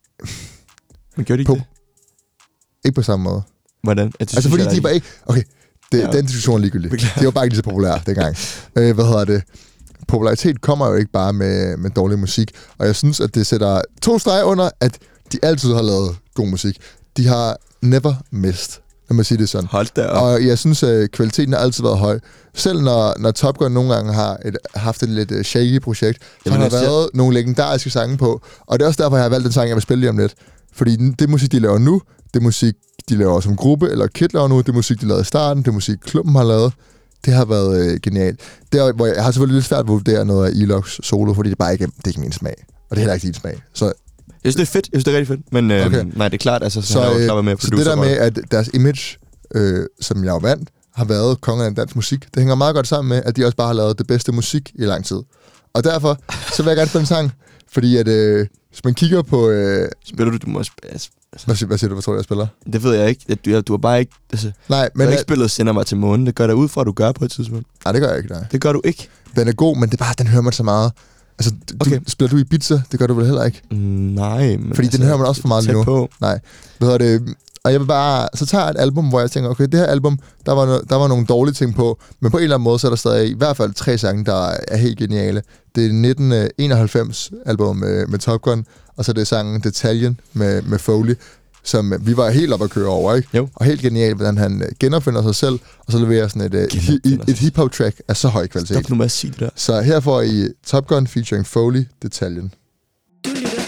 Men gjorde de ikke på, det? Ikke på samme måde. Hvordan? Altså, fordi de var ikke... Okay, det, ja. Den diskussion er ligegyldig. Beklager. De var bare ikke lige så populære dengang. øh, hvad hedder det? Popularitet kommer jo ikke bare med, med dårlig musik. Og jeg synes, at det sætter to streger under, at de altid har lavet god musik. De har never missed. Lad mig sige det sådan. Hold da op. Og jeg synes, at kvaliteten har altid været høj. Selv når, når Top Gun nogle gange har et, haft et lidt shaky projekt, så Jamen, har der været jeg... nogle legendariske sange på. Og det er også derfor, jeg har valgt den sang, jeg vil spille lige om lidt. Fordi det musik, de laver nu, det musik, de laver som gruppe, eller Kid laver nu, det musik, de lavede i starten, det musik, klubben har lavet, det har været øh, genialt. Der, hvor jeg, jeg har selvfølgelig lidt svært at vurdere noget af Elox solo, fordi det er bare ikke, det er ikke min smag. Og det er heller ikke din smag. Så jeg synes, det er fedt. Jeg synes, det er rigtig fedt. Men øh, okay. nej, det er klart, altså, så, så, øh, klar med så det der med, at deres image, øh, som jeg jo vandt, har været kongen af dansk musik, det hænger meget godt sammen med, at de også bare har lavet det bedste musik i lang tid. Og derfor, så vil jeg gerne spille en sang, fordi at, øh, hvis man kigger på... Øh, Spiller du, du må... Altså, hvad, siger, hvad siger du, hvad tror du, jeg spiller? Det ved jeg ikke. Du, du har bare ikke... Altså, nej, men... Du har ikke spillet Sender mig til månen. Det gør der ud fra, at du gør på et tidspunkt. Nej, det gør jeg ikke, nej. Det gør du ikke. Den er god, men det er bare, den hører man så meget. Altså, du, okay. Spiller du Ibiza? Det gør du vel heller ikke? Mm, nej, men... Fordi altså, den hører man også for meget lige nu. På. Nej. Hvad hedder det... Og jeg vil bare... Så tager jeg et album, hvor jeg tænker, okay, det her album, der var, no, der var nogle dårlige ting på, men på en eller anden måde, så er der stadig i hvert fald tre sange, der er helt geniale. Det er nitten enoghalvfems album med, med Top Gun, og så er det sangen Detaljen med, med Foley, som vi var helt op at køre over, ikke? Jo. Og helt genialt, hvordan han genopfinder sig selv, og så leverer sådan et, et, et, et hip-hop-track af så høj kvalitet. Stop nu med at sige det der. Så her får I Top Gun featuring Foley, Detaljen. Du lytter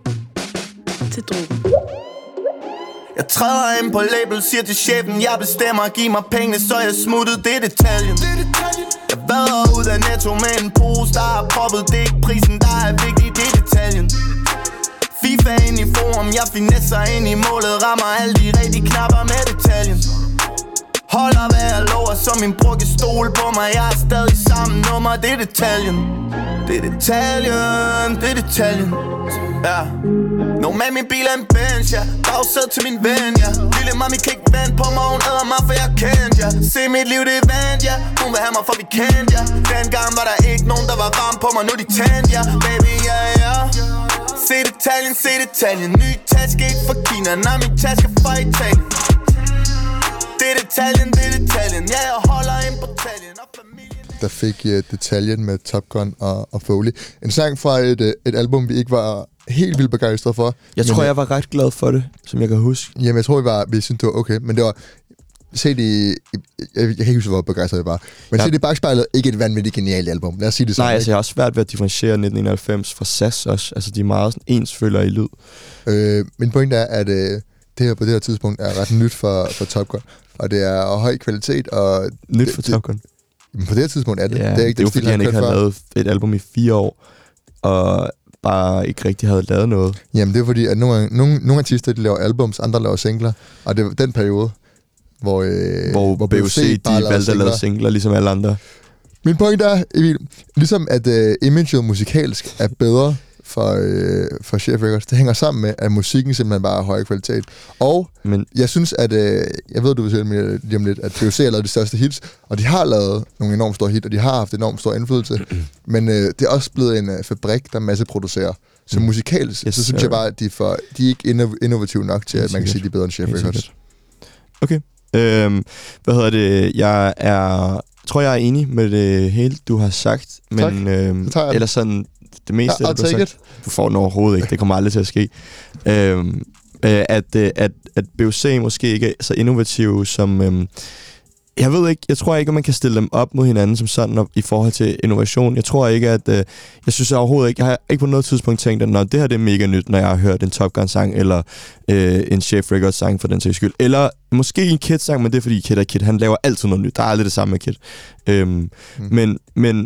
til Drogen. Jeg træder ind på label, siger til chefen, jeg bestemmer, giv mig pengene, så jeg smuttede, det er detaljen. Jeg vader ud af Netto med en pose, der er proppet, det er ikke prisen, der er vigtig, det er detaljen. FIFA ind i forum, jeg finesser ind i målet, rammer alle de rigtige knapper med detaljen. Holder hvad jeg lover, så min bror kan stole på mig, jeg er stadig samme nummer, det er detaljen. Det er detaljen, det er detaljen. Ja. Nå med min bil er en Benz, ja. Bagsæd til min ven, ja. Lille mami kan ikke vente på mig, hun æder mig, for jeg kendte, ja. Se mit liv, det er vant, ja. Hun vil have mig, for vi kendte, ja. Dengang var der ikke nogen, der var varm på mig, nu de tændt, ja. Baby, ja, ja. Se detaljen, se detaljen. Ny taske, ikke for Kina, nej, min taske fra Italien. Det er detaljen, det er detaljen. Ja, jeg holder ind på taljen. Der fik uh, Detaljen med Top Gun og, og Foley. En sang fra et, uh, et album, vi ikke var helt vildt begejstrede for. Jeg tror, jeg var ret glad for det, som jeg kan huske. Jamen, jeg tror, vi, var, vi syntes, det var okay. Men det var... Se det... Jeg, jeg kan ikke huske, hvor begejstret jeg var. Men ja. Se det bagspejlet, ikke et vanvittigt genialt album. Lad os sige det sådan. Nej, altså, jeg har også svært ved at differentiere nitten enoghalvfems fra S A S også. Altså, de er meget sådan ens følger i lyd. Øh, min pointe er, at øh, det her på det her tidspunkt er ret nyt for, for Top Gun. Og det er høj kvalitet, og... Nyt for Top Gun? Men på det her tidspunkt er det. Ja, det er ikke det er jo fordi, han ikke har lavet et album i fire år, og bare ikke rigtig havde lavet noget. Jamen, det er fordi, at nogle, nogle, nogle artister, de laver albums, andre laver singler, og det var den periode, hvor... Øh, hvor, hvor B O C, de valgte at lave singler, ligesom alle andre. Min point er, Emil, ligesom at øh, imaget musikalsk er bedre for, øh, for Chef Records, det hænger sammen med, at musikken simpelthen bare er høj kvalitet. Og men, jeg synes, at... Øh, jeg ved, du vil sige mig lige om lidt, at B O C har lavet de største hits, og de har lavet nogle enormt store hits, og de har haft enormt stor indflydelse. Men øh, det er også blevet en øh, fabrik, der masseproducerer. Så mm. musikalsk, yes, så synes jeg bare, at de, for, de er ikke innovative nok til, at man kan sige, at de er bedre end Chef Records. Okay. Øhm, hvad hedder det? Jeg er... tror, jeg er enig med det hele, du har sagt. Men, øhm, eller sådan, det meste, ja, du har sagt. Du får den overhovedet ikke. Det kommer aldrig til at ske. Øhm, øh, at, at, at B O C måske ikke er så innovative som... Øhm, jeg ved ikke, jeg tror ikke, at man kan stille dem op mod hinanden som sådan op, i forhold til innovation. Jeg tror ikke, at... Øh, jeg synes overhovedet ikke... Jeg har ikke på noget tidspunkt tænkt, at når det her det er mega nyt, når jeg har hørt en Top Gun-sang, eller øh, en Chef Records-sang for den sags skyld. Eller måske en Kid-sang, men det er fordi Kid er Kid. Han laver altid noget nyt. Der er aldrig det samme med Kid. Øhm, mm. men, men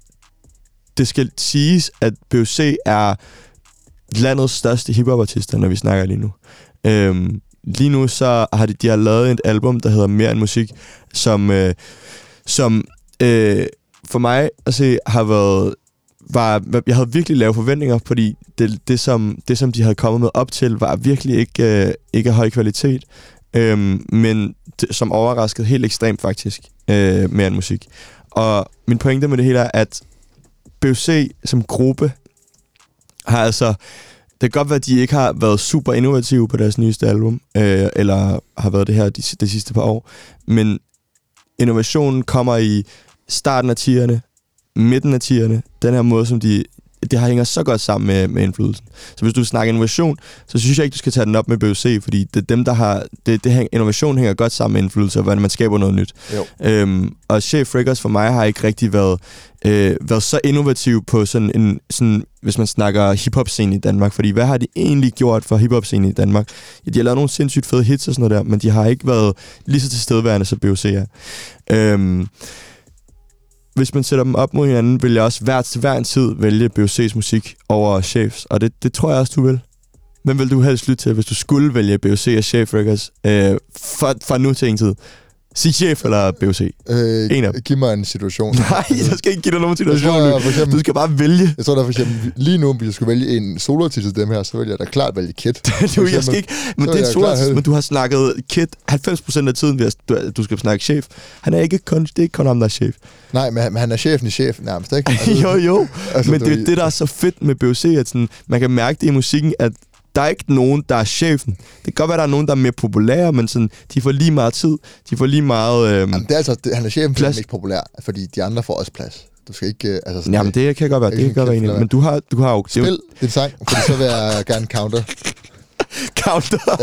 det skal siges, at B O C er landets største hiphop-artister, når vi snakker lige nu. Øhm, Lige nu så har de, de har lavet et album, der hedder Mere end Musik, som, øh, som øh, for mig altså, har været... Var, jeg havde virkelig lave forventninger, fordi det, det, som, det, som de havde kommet med op til, var virkelig ikke, øh, ikke af høj kvalitet, øh, men det, som overraskede helt ekstremt faktisk, øh, Mere end Musik. Og min pointe med det hele er, at B O C som gruppe har altså... Det kan godt være, at de ikke har været super innovative på deres nyeste album, øh, eller har været det her de, de sidste par år, men innovationen kommer i starten af tierne, midten af tierne, den her måde, som de... Det har hænger så godt sammen med, med indflydelsen. Så hvis du snakker innovation, så synes jeg ikke, du skal tage den op med B O C, fordi det er dem, der har... Det, det hæng, innovation hænger godt sammen med indflydelse, og hvordan man skaber noget nyt. Øhm, og Chef Records for mig har ikke rigtig været, øh, været så innovativ på sådan en... Sådan, hvis man snakker hiphop-scene i Danmark. Fordi hvad har de egentlig gjort for hiphop-scene i Danmark? Ja, de har lavet nogle sindssygt fede hits og sådan noget der, men de har ikke været lige så tilstedeværende, som B O C er. Øhm, Hvis man sætter dem op mod hinanden, vil jeg også hver til hver en tid vælge B O C's musik over Chefs. Og det, det tror jeg også, du vil. Hvem vil du helst lytte til, hvis du skulle vælge B O C og Chef Records øh, fra, fra nu til en tid? Sig Chef eller B O C? Øh, en af dem. Giv mig en situation. Nej, jeg skal ikke give dig nogen situation tror, nu. for eksempel, du skal bare vælge. Jeg tror da for eksempel, lige nu, hvis jeg skulle vælge en solo-titel dem her, så ville jeg da klart vælge Kid. du, jeg skal ikke, men det er solo, men du har snakket Kid halvfems procent af tiden, hvis du, du skal snakke Chef. Han er ikke kun, det er ikke kun ham, der er chef. Nej, men, men han er chefen i chef nærmest, ikke? Altså, jo, jo. Altså, men det er det, der er så fedt med B O C, at sådan, man kan mærke det i musikken, at der er ikke nogen, der er chefen. Det kan godt være, der er nogen, der er mere populære, men sådan, de får lige meget tid. De får lige meget øhm, Jamen, det er altså, det, han er chefen, fordi han er mest populær, fordi de andre får også plads. Du skal ikke... Øh, altså sådan, jamen, det kan godt være. Det kan godt være enig. Men du har, du har jo... Spil jo... din sang, fordi så vil jeg gerne counter. counter?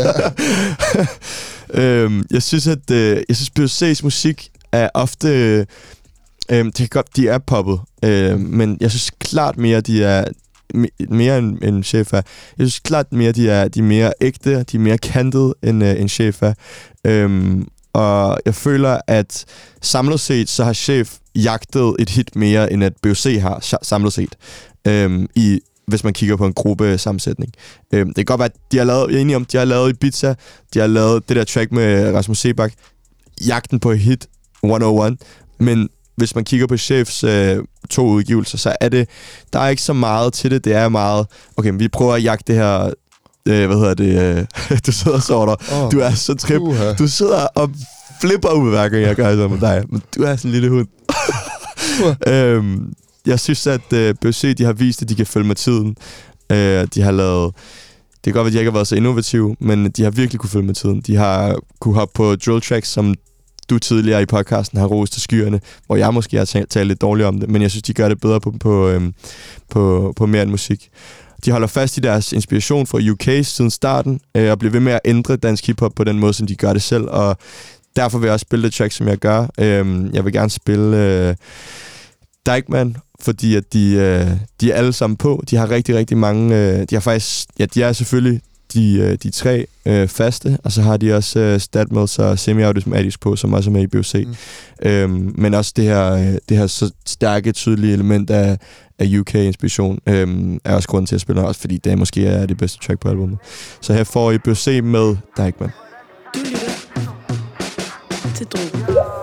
Ja. øhm, jeg synes, at... Øh, jeg synes, B O C's musik er ofte... Øh, det kan godt, de er poppet. Øh, men jeg synes klart mere, de er... mere end, end Chef er. Jeg synes klart mere, de er, de er mere ægte, de er mere kantet end, uh, end Chef er. Øhm, og jeg føler, at samlet set, så har Chef jagtet et hit mere, end at B O C har samlet set. Øhm, i, hvis man kigger på en gruppe sammensætning. Øhm, det kan godt være, at de har lavet, jeg er enig om, de har lavet Ibiza, de har lavet det der track med Rasmus Sebak, jagten på hit et nul et, men hvis man kigger på Chefs øh, to udgivelser, så er det, der er ikke så meget til det. Det er meget, okay, vi prøver at jagte det her, øh, hvad hedder det, øh, du sidder og sover der. Oh, du er så trip. Uh-huh. Du sidder og flipper ud hver gang, jeg gør det med dig. Men du er sådan en lille hund. uh. øhm, jeg synes, at øh, B O C, de har vist, at de kan følge med tiden. Øh, de har lavet... Det kan godt være, at de ikke har været så innovative, men de har virkelig kunne følge med tiden. De har kunne hoppe på drill tracks, som du tidligere i podcasten har rost til skyerne, hvor jeg måske har talt lidt dårligt om det, men jeg synes, de gør det bedre på, på, øhm, på, på mere end musik. De holder fast i deres inspiration fra U K siden starten, øh, og bliver ved med at ændre dansk hiphop på den måde, som de gør det selv, og derfor vil jeg også spille det track, som jeg gør. Øh, jeg vil gerne spille øh, Dykeman, fordi at de, øh, de er alle sammen på. De har rigtig, rigtig mange... Øh, de har faktisk... Ja, de er selvfølgelig de, de tre øh, faste, og så har de også øh, Statmils og Semi-Automatisk på, som også er med i B O C. Mm. Øhm, men også det her, øh, det her så stærke, tydelige element af, af U K-inspiration øh, er også grunden til at spille, også fordi det måske er det bedste track på albumet. Så her får I B O C med Dykeman. Du lytter til Drogen.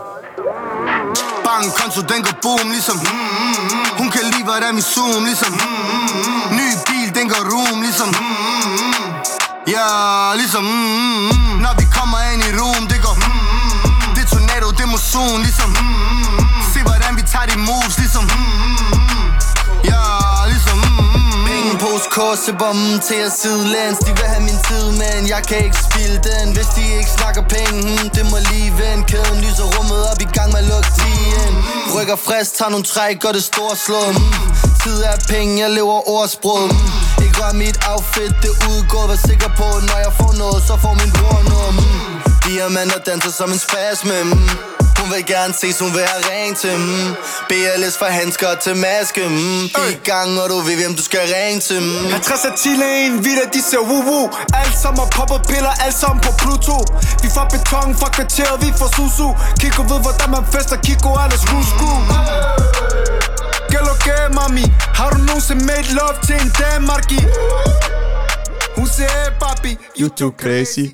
Bankkonto, den går boom, ligesom mm, mm, mm. Hun kan lide, hvordan vi zoom, ligesom mm, mm, mm. Ny bil, den går room, ligesom mm, mm. Ja, ligesom mm, mm. Når vi kommer ind i room, det går mm, mm. Det er tornado, det er monsun, ligesom mm, mm. Se, hvordan vi tager de moves, ligesom mm, mm. Ja, ligesom mm, mm. Penge, postcode dåsebommen til at sidelæns. De vil have min tid, men jeg kan ikke spilde den. Hvis de ikke snakker penge, hmm, det må lige vende. Kæden lyser rummet op, i gang med at lukke tiden. Rykker frisk, tager nogle træk, gør det storslå. Tid er penge, jeg lever ordsprog. Ikke var mit outfit, det udgår. Vær sikker på, når jeg får noget, så får min bror noget. Diamanter danser som en spasme. Hun vil gerne ses, hun vil have ring til. B L S fra handsker til maske. Vi er i gang, og du ved, hvem du skal ringe til. halvtreds er til en videre, de ser woo-woo. Alt sammen har poppet piller, alt sammen på Pluto. Vi får beton fra kvarteret, vi får susu. Kiko ved, hvordan man fester, Kiko er der skru-skru. Gælder okay, mami. Har du nogensinde made love til en Danmarki? Hun siger, hey, papi, you too crazy.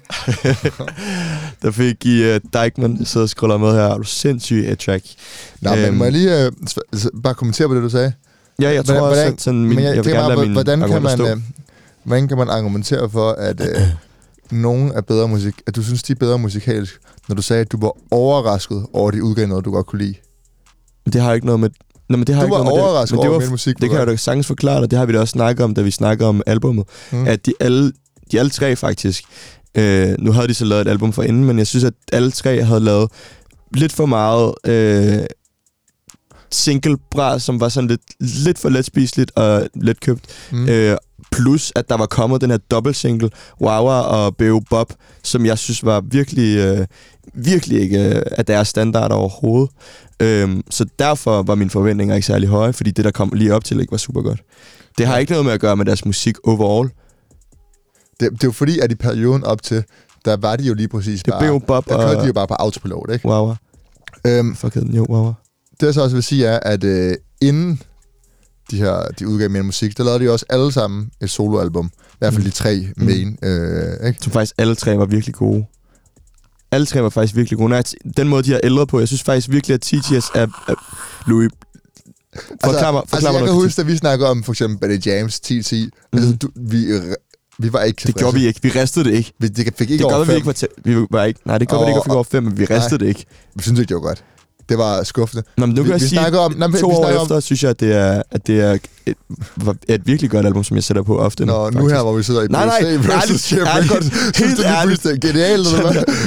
Der fik I uh, Deichmann, så og scroller med her. Er du sindssyg et track? Nå, um, men må jeg lige uh, bare kommentere på det, du sagde? Ja, jeg tror hvordan, også, at sådan min, jeg, jeg vil gerne lade min hvordan kan man, uh, hvordan kan man argumentere for, at uh, nogen er bedre musik, at du synes, de er bedre musikalsk, når du sagde, at du var overrasket over, de udgav noget, du godt kunne lide? Det har ikke noget med... Nå, men det har du ikke var noget overrasket med det. over det var, min musik. Det kan jeg da sagtens forklare dig. Det har vi da også snakket om, da vi snakkede om albummet. Mm. At de alle, de alle tre faktisk... Øh, nu havde de så lavet et album for inden, men jeg synes, at alle tre havde lavet lidt for meget... Øh, single-bras, som var sådan lidt, lidt for let spiseligt og let købt. Mm. Øh, plus, at der var kommet den her dobbelt-single, Wawa og B O Bob, som jeg synes var virkelig, øh, virkelig ikke øh, af deres standarder overhovedet. Øhm, så derfor var mine forventninger ikke særlig høje, fordi det, der kom lige op til, ikke var super godt. Det har ikke noget med at gøre med deres musik overall. Det, det er jo fordi, at i perioden op til, der var de jo lige præcis det bare... B O Bob der og... kørte de jo bare på autopilot, ikke? Wawa. Øhm, Fuck den, jo, Wawa. Det jeg så også vil sige er, at øh, inden de her de udgav mere musik, der lavede de også alle sammen et soloalbum. I hvert fald de tre mm. main. Øh, ikke? Som faktisk alle tre var virkelig gode. Alle tre var faktisk virkelig gode. Nej, den måde, de har ældret på, jeg synes faktisk virkelig, at T T S er... er Louis... Forklar mig, altså, altså jeg kan huske, at vi snakkede om for eksempel Betty James, T T. Mm. Altså, du, vi, vi var ikke... Det gjorde vi ikke. Vi ristede det ikke. Vi, det fik ikke det over fem. Vi, ikke var til, vi var ikke... Nej, det gjorde vi ikke, at vi fik over fem, men vi ristede nej, det ikke. Vi synes ikke, det var godt. Det var skuffende. Nå, men nu kan vi, jeg vi sige, om, nej, to vi år efter, om, synes jeg, at det er, at det er et, et virkelig godt album, som jeg sætter på ofte. Nå, nu, nu her, hvor vi sidder i nej, nej, B C versus Chef Records. Helt ærligt. Det er genialt, eller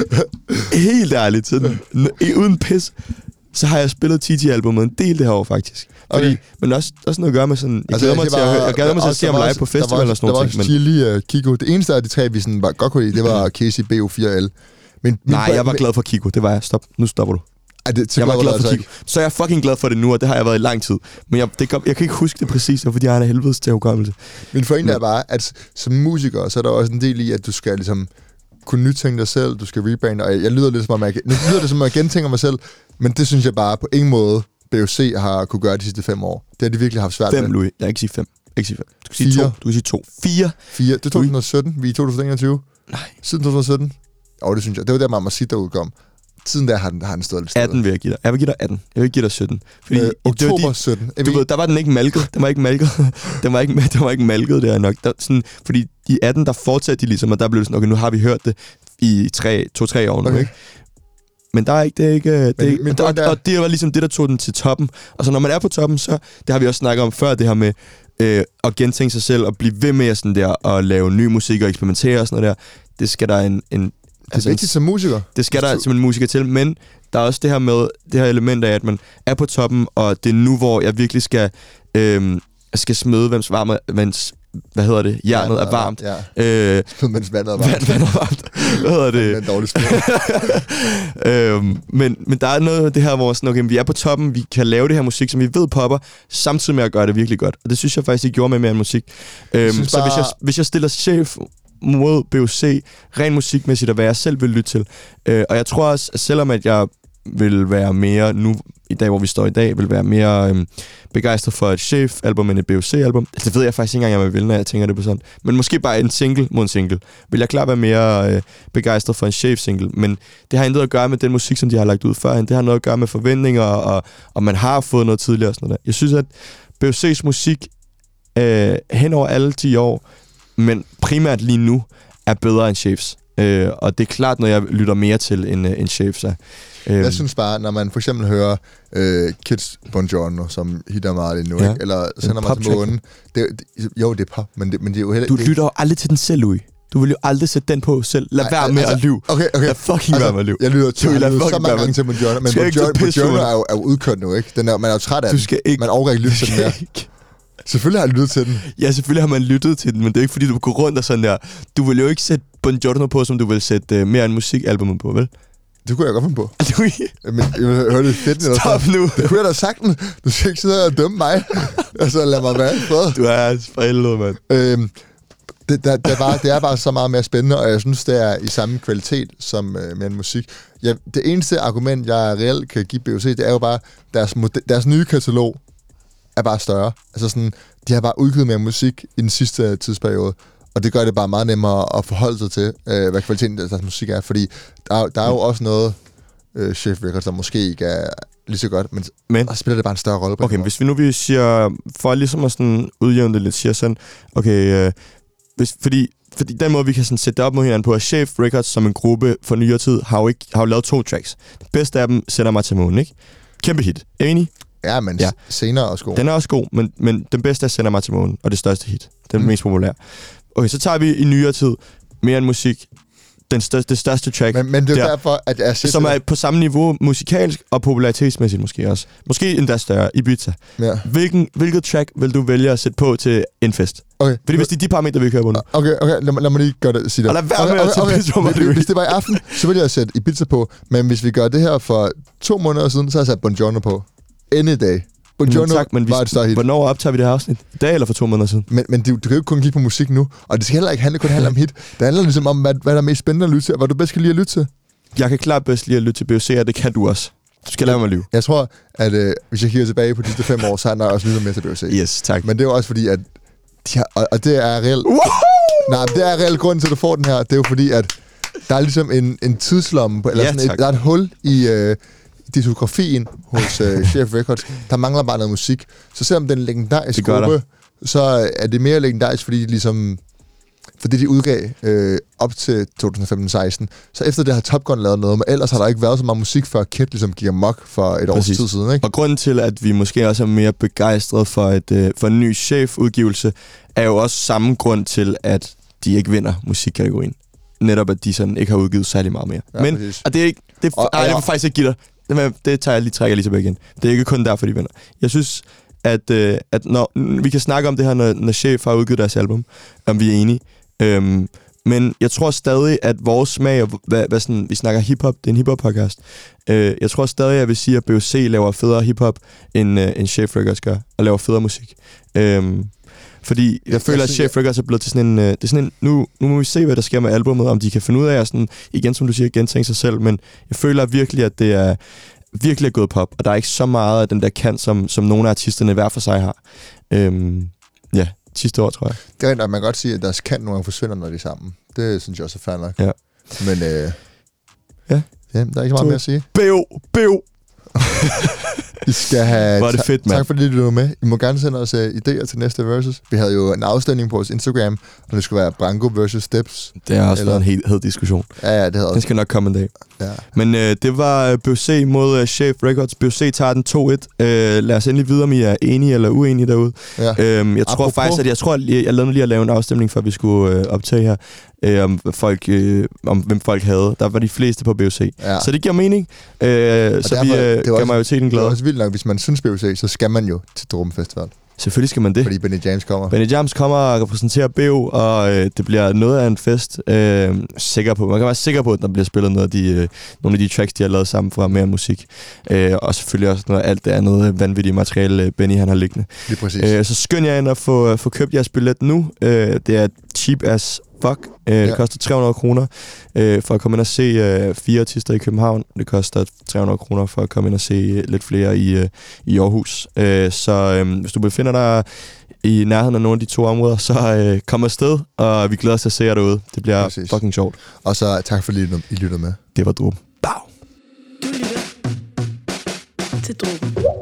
hvad? Helt ærligt. Sådan, uden pis, så har jeg spillet T T-albumet en del det her år, faktisk. Fordi, okay. Men også, også noget at gøre med sådan... Jeg glæder altså, mig til at, jeg glæder mig til at se ham live på festival og sådan noget. Der var også Chili og Kiko. Det eneste af de tre, vi sådan var godt kunne lide, det var Casey B O fire L. Men, nej, jeg var glad for Kiko. Det var jeg. Stop. Nu stopper du. Ej, det, jeg var glad for altså Kiko. Så er jeg fucking glad for det nu, og det har jeg været i lang tid. Men jeg, det kom, jeg kan ikke huske det præcis, fordi jeg har en helvedes til hukommelse. Min pointe er bare, at som musiker, så er der også en del i, at du skal ligesom kunne nytænke dig selv, du skal rebrande, og jeg, jeg lyder lidt som om, jeg, nu lyder det som om, jeg gentænker mig selv, men det synes jeg bare på ingen måde, B O C har kunne gøre de sidste fem år. Det har de virkelig haft svært fem, med. Fem, Louis. Jeg kan ikke sige fem. Jeg kan ikke sige fem. Du kan sige Fire. to. Du kan sige to. Fire. Fire. Det er to tusind og sytten. Vi er i to tusind og enogtyve. Nej. Siden to tusind og sytten. Jo, det synes jeg. Det var der, Mamacita udkom. Siden der har den, har den stået lidt atten vil jeg give dig. Jeg vil give dig atten. Jeg vil give dig sytten. Fordi øh, oktober de, sytten. Du ved, der var den ikke malket. Den var ikke malket. den, var ikke, den var ikke malket der nok. Der, sådan, fordi i atten, der fortsatte de ligesom, og der blev sådan, okay, nu har vi hørt det i tre, to-tre år nu, okay. Ikke? Men der er ikke, det er ikke... Det er ikke men, og, der... og det var ligesom det, der tog den til toppen. Og så når man er på toppen, så... Det har vi også snakket om før, det her med øh, at gentænke sig selv og blive ved med sådan der, og lave ny musik og eksperimentere og sådan noget der. Det skal der en... en det er altså vigtigt som musiker. Det skal der som en musiker til, men der er også det her med, det her element af, at man er på toppen, og det er nu, hvor jeg virkelig skal, øh, skal smide, hvem varme, mens, hvad hedder det, jernet er varmt. Ja. Øh, smide, mens vandet er varmt. Vand, vandet er varmt. Hvad hedder det? Det er en dårlig smid. øhm, men, men der er noget af det her, hvor sådan, okay, vi er på toppen, vi kan lave det her musik, som vi ved popper, samtidig med at gøre det virkelig godt. Og det synes jeg faktisk, de gjorde med mere end musik. Øhm, så bare... hvis, jeg, hvis jeg stiller chef mod B O C, ren musikmæssigt, og hvad jeg selv vil lytte til. Øh, og jeg tror også, at selvom at jeg vil være mere, nu i dag, hvor vi står i dag, vil være mere øhm, begejstret for et Chef-album end et B O C-album. Det ved jeg faktisk ikke engang, jeg vil, når jeg tænker det på sådan. Men måske bare en single mod en single. Vil jeg klart være mere øh, begejstret for en Chef-single. Men det har intet at gøre med den musik, som de har lagt ud førhen. Det har noget at gøre med forventninger, og, og man har fået noget tidligere og sådan noget der. Jeg synes, at B O C's musik øh, hen over alle ti år, men primært lige nu, er bedre end Chefs. Øh, og det er klart noget, jeg lytter mere til, end, end Chef er. Øh. Jeg synes bare, når man for eksempel hører øh, Kids Buongiorno, som hitter meget lige nu, ja. Ikke? Eller Sender mig til månen. Det, det, jo, det er pop, men det, men det er jo heller... Du det, lytter jo aldrig til den selv, Louis. Du vil jo aldrig sætte den på selv. Lad være med altså, at lyve. Okay, okay. Lad fucking altså, være med at lyve. Jeg lyder til, jeg lyder så mange gange til Buongiorno, men Buongiorno er jo, er jo udkørt nu, ikke? Den er, man er jo træt af du skal den. Ikke, man overgår ikke lytte til den der. Selvfølgelig har jeg lyttet til den. Ja, selvfølgelig har man lyttet til den, men det er ikke fordi, du går rundt og sådan der. Du vil jo ikke sætte Buongiorno på, som du vil sætte uh, mere end musikalbummet på, vel? Det kunne jeg godt finde på. Du... Men jeg vil høre det fedt. Stop nu. Det kunne jeg da have sagt den. Du skal ikke sidde og dømme mig. Altså, lad mig være fred. Du er for helvede, mand. Øhm, det, der, der bare, det er bare så meget mere spændende, og jeg synes, det er i samme kvalitet som øh, med en musik. Ja, det eneste argument, jeg reelt kan give B O C, det er jo bare, deres, mod- deres nye katalog er bare større. Altså sådan, de har bare udgivet mere musik i den sidste tidsperiode, og det gør det bare meget nemmere at forholde sig til, øh, hvad kvaliteten af deres musik er, fordi der, der er jo også noget øh, Chef Records, der måske ikke er lige så godt, men, men der spiller det bare en større rolle på. Okay, hvis vi nu vi siger, for ligesom at sådan udjævne det lidt, siger sådan, okay, øh, hvis, fordi, fordi den måde, vi kan sådan sætte det op mod hinanden på, at Chef Records som en gruppe for nyere tid, har jo, ikke, har jo lavet to tracks. Det bedste af dem Sender mig til månen, ikke? Kæmpe hit. Er I enig? Ja, men ja. Senere er også god. Den er også god, men, men den bedste er Sender mig til månen, og det største hit. Den mm. mest populære. Okay, så tager vi i nyere tid mere end musik. Den største, det største track. Men, men det er der, derfor, at jeg som er på samme niveau musikalsk og popularitetsmæssigt måske også. Måske endda større, Ibiza. Ja. Hvilken, hvilket track vil du vælge at sætte på til en fest? Okay. Fordi hvis det er de parametre, vi kører på nu. Okay, okay, lad, lad mig lige gøre det, sige det. Og lad være okay, med okay, at sætte okay. okay. Hvis, hvis det var i aften, så ville jeg sætte Ibiza på. Men hvis vi gør det her for to måneder siden, så har jeg sat Buongiorno på. Any day. Buongiorno tak, men vi, var et større hit. Hvornår optager vi det her afsnit? I dag eller for to måneder siden? Men, men du, du kan jo ikke kun kigge på musik nu, og det skal heller ikke handle, kun handle om hit. Det handler ligesom om, hvad, hvad der er mest spændende at lytte til, og hvad du bedst kan lide at lytte til. Jeg kan klart bedst lide at lytte til B O C, og det kan du også. Du skal lade mig lyve. Jeg tror, at øh, hvis jeg kigger tilbage på de sidste fem år, så har jeg også lyttet mere til B O C. Yes, tak. Men det er jo også fordi, at de har, og, og det er reelt... Nej, det er reelt grunden til, at du får den her. Det er jo fordi, at der er ligesom en, en tidslomme, eller ja, sådan et, der er et hul i... Øh, diskografien hos uh, Chef Records, der mangler bare noget musik. Så selvom den er en legendarisk gruppe, så er det mere legendarisk, fordi de ligesom, fordi de udgav øh, op til to tusind femten seksten. Så efter det har Top Gun lavet noget, men ellers har der ikke været så meget musik, før Kid ligesom gik amok for et års tid siden. Ikke? Og grunden til, at vi måske også er mere begejstrede for, et, øh, for en ny Chef-udgivelse, er jo også samme grund til, at de ikke vinder musikkategorien. Netop, at de sådan ikke har udgivet særlig meget mere. Ja, men, og det er ikke, det, og, ej, det vil faktisk ikke give dig. Det, det tager jeg lige, trækker lige tilbage igen. Det er ikke kun derfor, de vinder. Jeg synes, at, øh, at når, vi kan snakke om det her, når, når Chef har udgivet deres album, om vi er enige. Øhm, men jeg tror stadig, at vores smag, og hvad, hvad sådan, vi snakker hiphop, det er en hiphop-podcast. Øh, jeg tror stadig, at jeg vil sige, at B O C laver federe hiphop, end, øh, end Chef Records gør, og laver federe musik. Øhm, Fordi jeg, jeg føler, jeg at Chef Records er blevet til sådan en... Øh, det er sådan en nu, nu må vi se, hvad der sker med albumet, om de kan finde ud af at sådan, igen, som du siger, gentænke sig selv, men jeg føler virkelig, at det er virkelig er gået pop, og der er ikke så meget af den der kant, som, som nogle af artisterne hver for sig har. Øhm, ja, sidste år, tror jeg. Det er rent, at man kan godt sige, at deres kant nogle gange forsvinder, når de er sammen. Det synes jeg også er fair nok. Ja. Men øh, ja. ja, der er ikke så meget mere at sige. B O! B O! I skal have... Hvor er det fedt, mand. Tak fordi du var med. I må gerne sende os uh, idéer til næste versus. Vi havde jo en afstemning på vores Instagram, og det skulle være Branko versus Steps. Det har også eller... været en helt hed diskussion. Ja, ja, det havde Den skal nok komme en dag. Ja. Men øh, det var B O C mod uh, Chef Records. B O C tager den to et. Øh, lad os endelig vide, om I er enige eller uenige derude. Ja. Øhm, jeg tror Apropos. faktisk, at jeg tror, at jeg, jeg lavede lige at lave en afstemning, før vi skulle øh, optage her. Øh, om, folk, øh, om hvem folk havde. Der var de fleste på B O C. Ja. Så det giver mening. Øh, så derfor, vi øh, gør majoriteten glad. Det er også vildt nok, hvis man synes B O C, så skal man jo til Drum Festival. Selvfølgelig skal man det. Fordi Benny James kommer. Benny James kommer og repræsenterer B O, og øh, det bliver noget af en fest. Øh, sikker på. Man kan være sikker på, at der bliver spillet noget af de, øh, nogle af de tracks, de har lavet sammen fra mere musik. Øh, og selvfølgelig også noget af alt det andet vanvittige materiale, Benny han har liggende. Lige præcis. Øh, så skynd jer ind og få, få købt jeres billet nu. Øh, det er cheap as fuck. Øh, ja. Det koster tre hundrede kroner øh, for at komme ind og se øh, fire artister i København. Det koster tre hundrede kroner for at komme ind og se øh, lidt flere i, øh, i Aarhus. Øh, så øh, hvis du befinder dig i nærheden af nogle af de to områder, så øh, kom afsted, og vi glæder os til at se jer derude. Det bliver Præcis. fucking sjovt. Og så tak fordi I lyttede med. Det var Drum. Du lytter til Drum.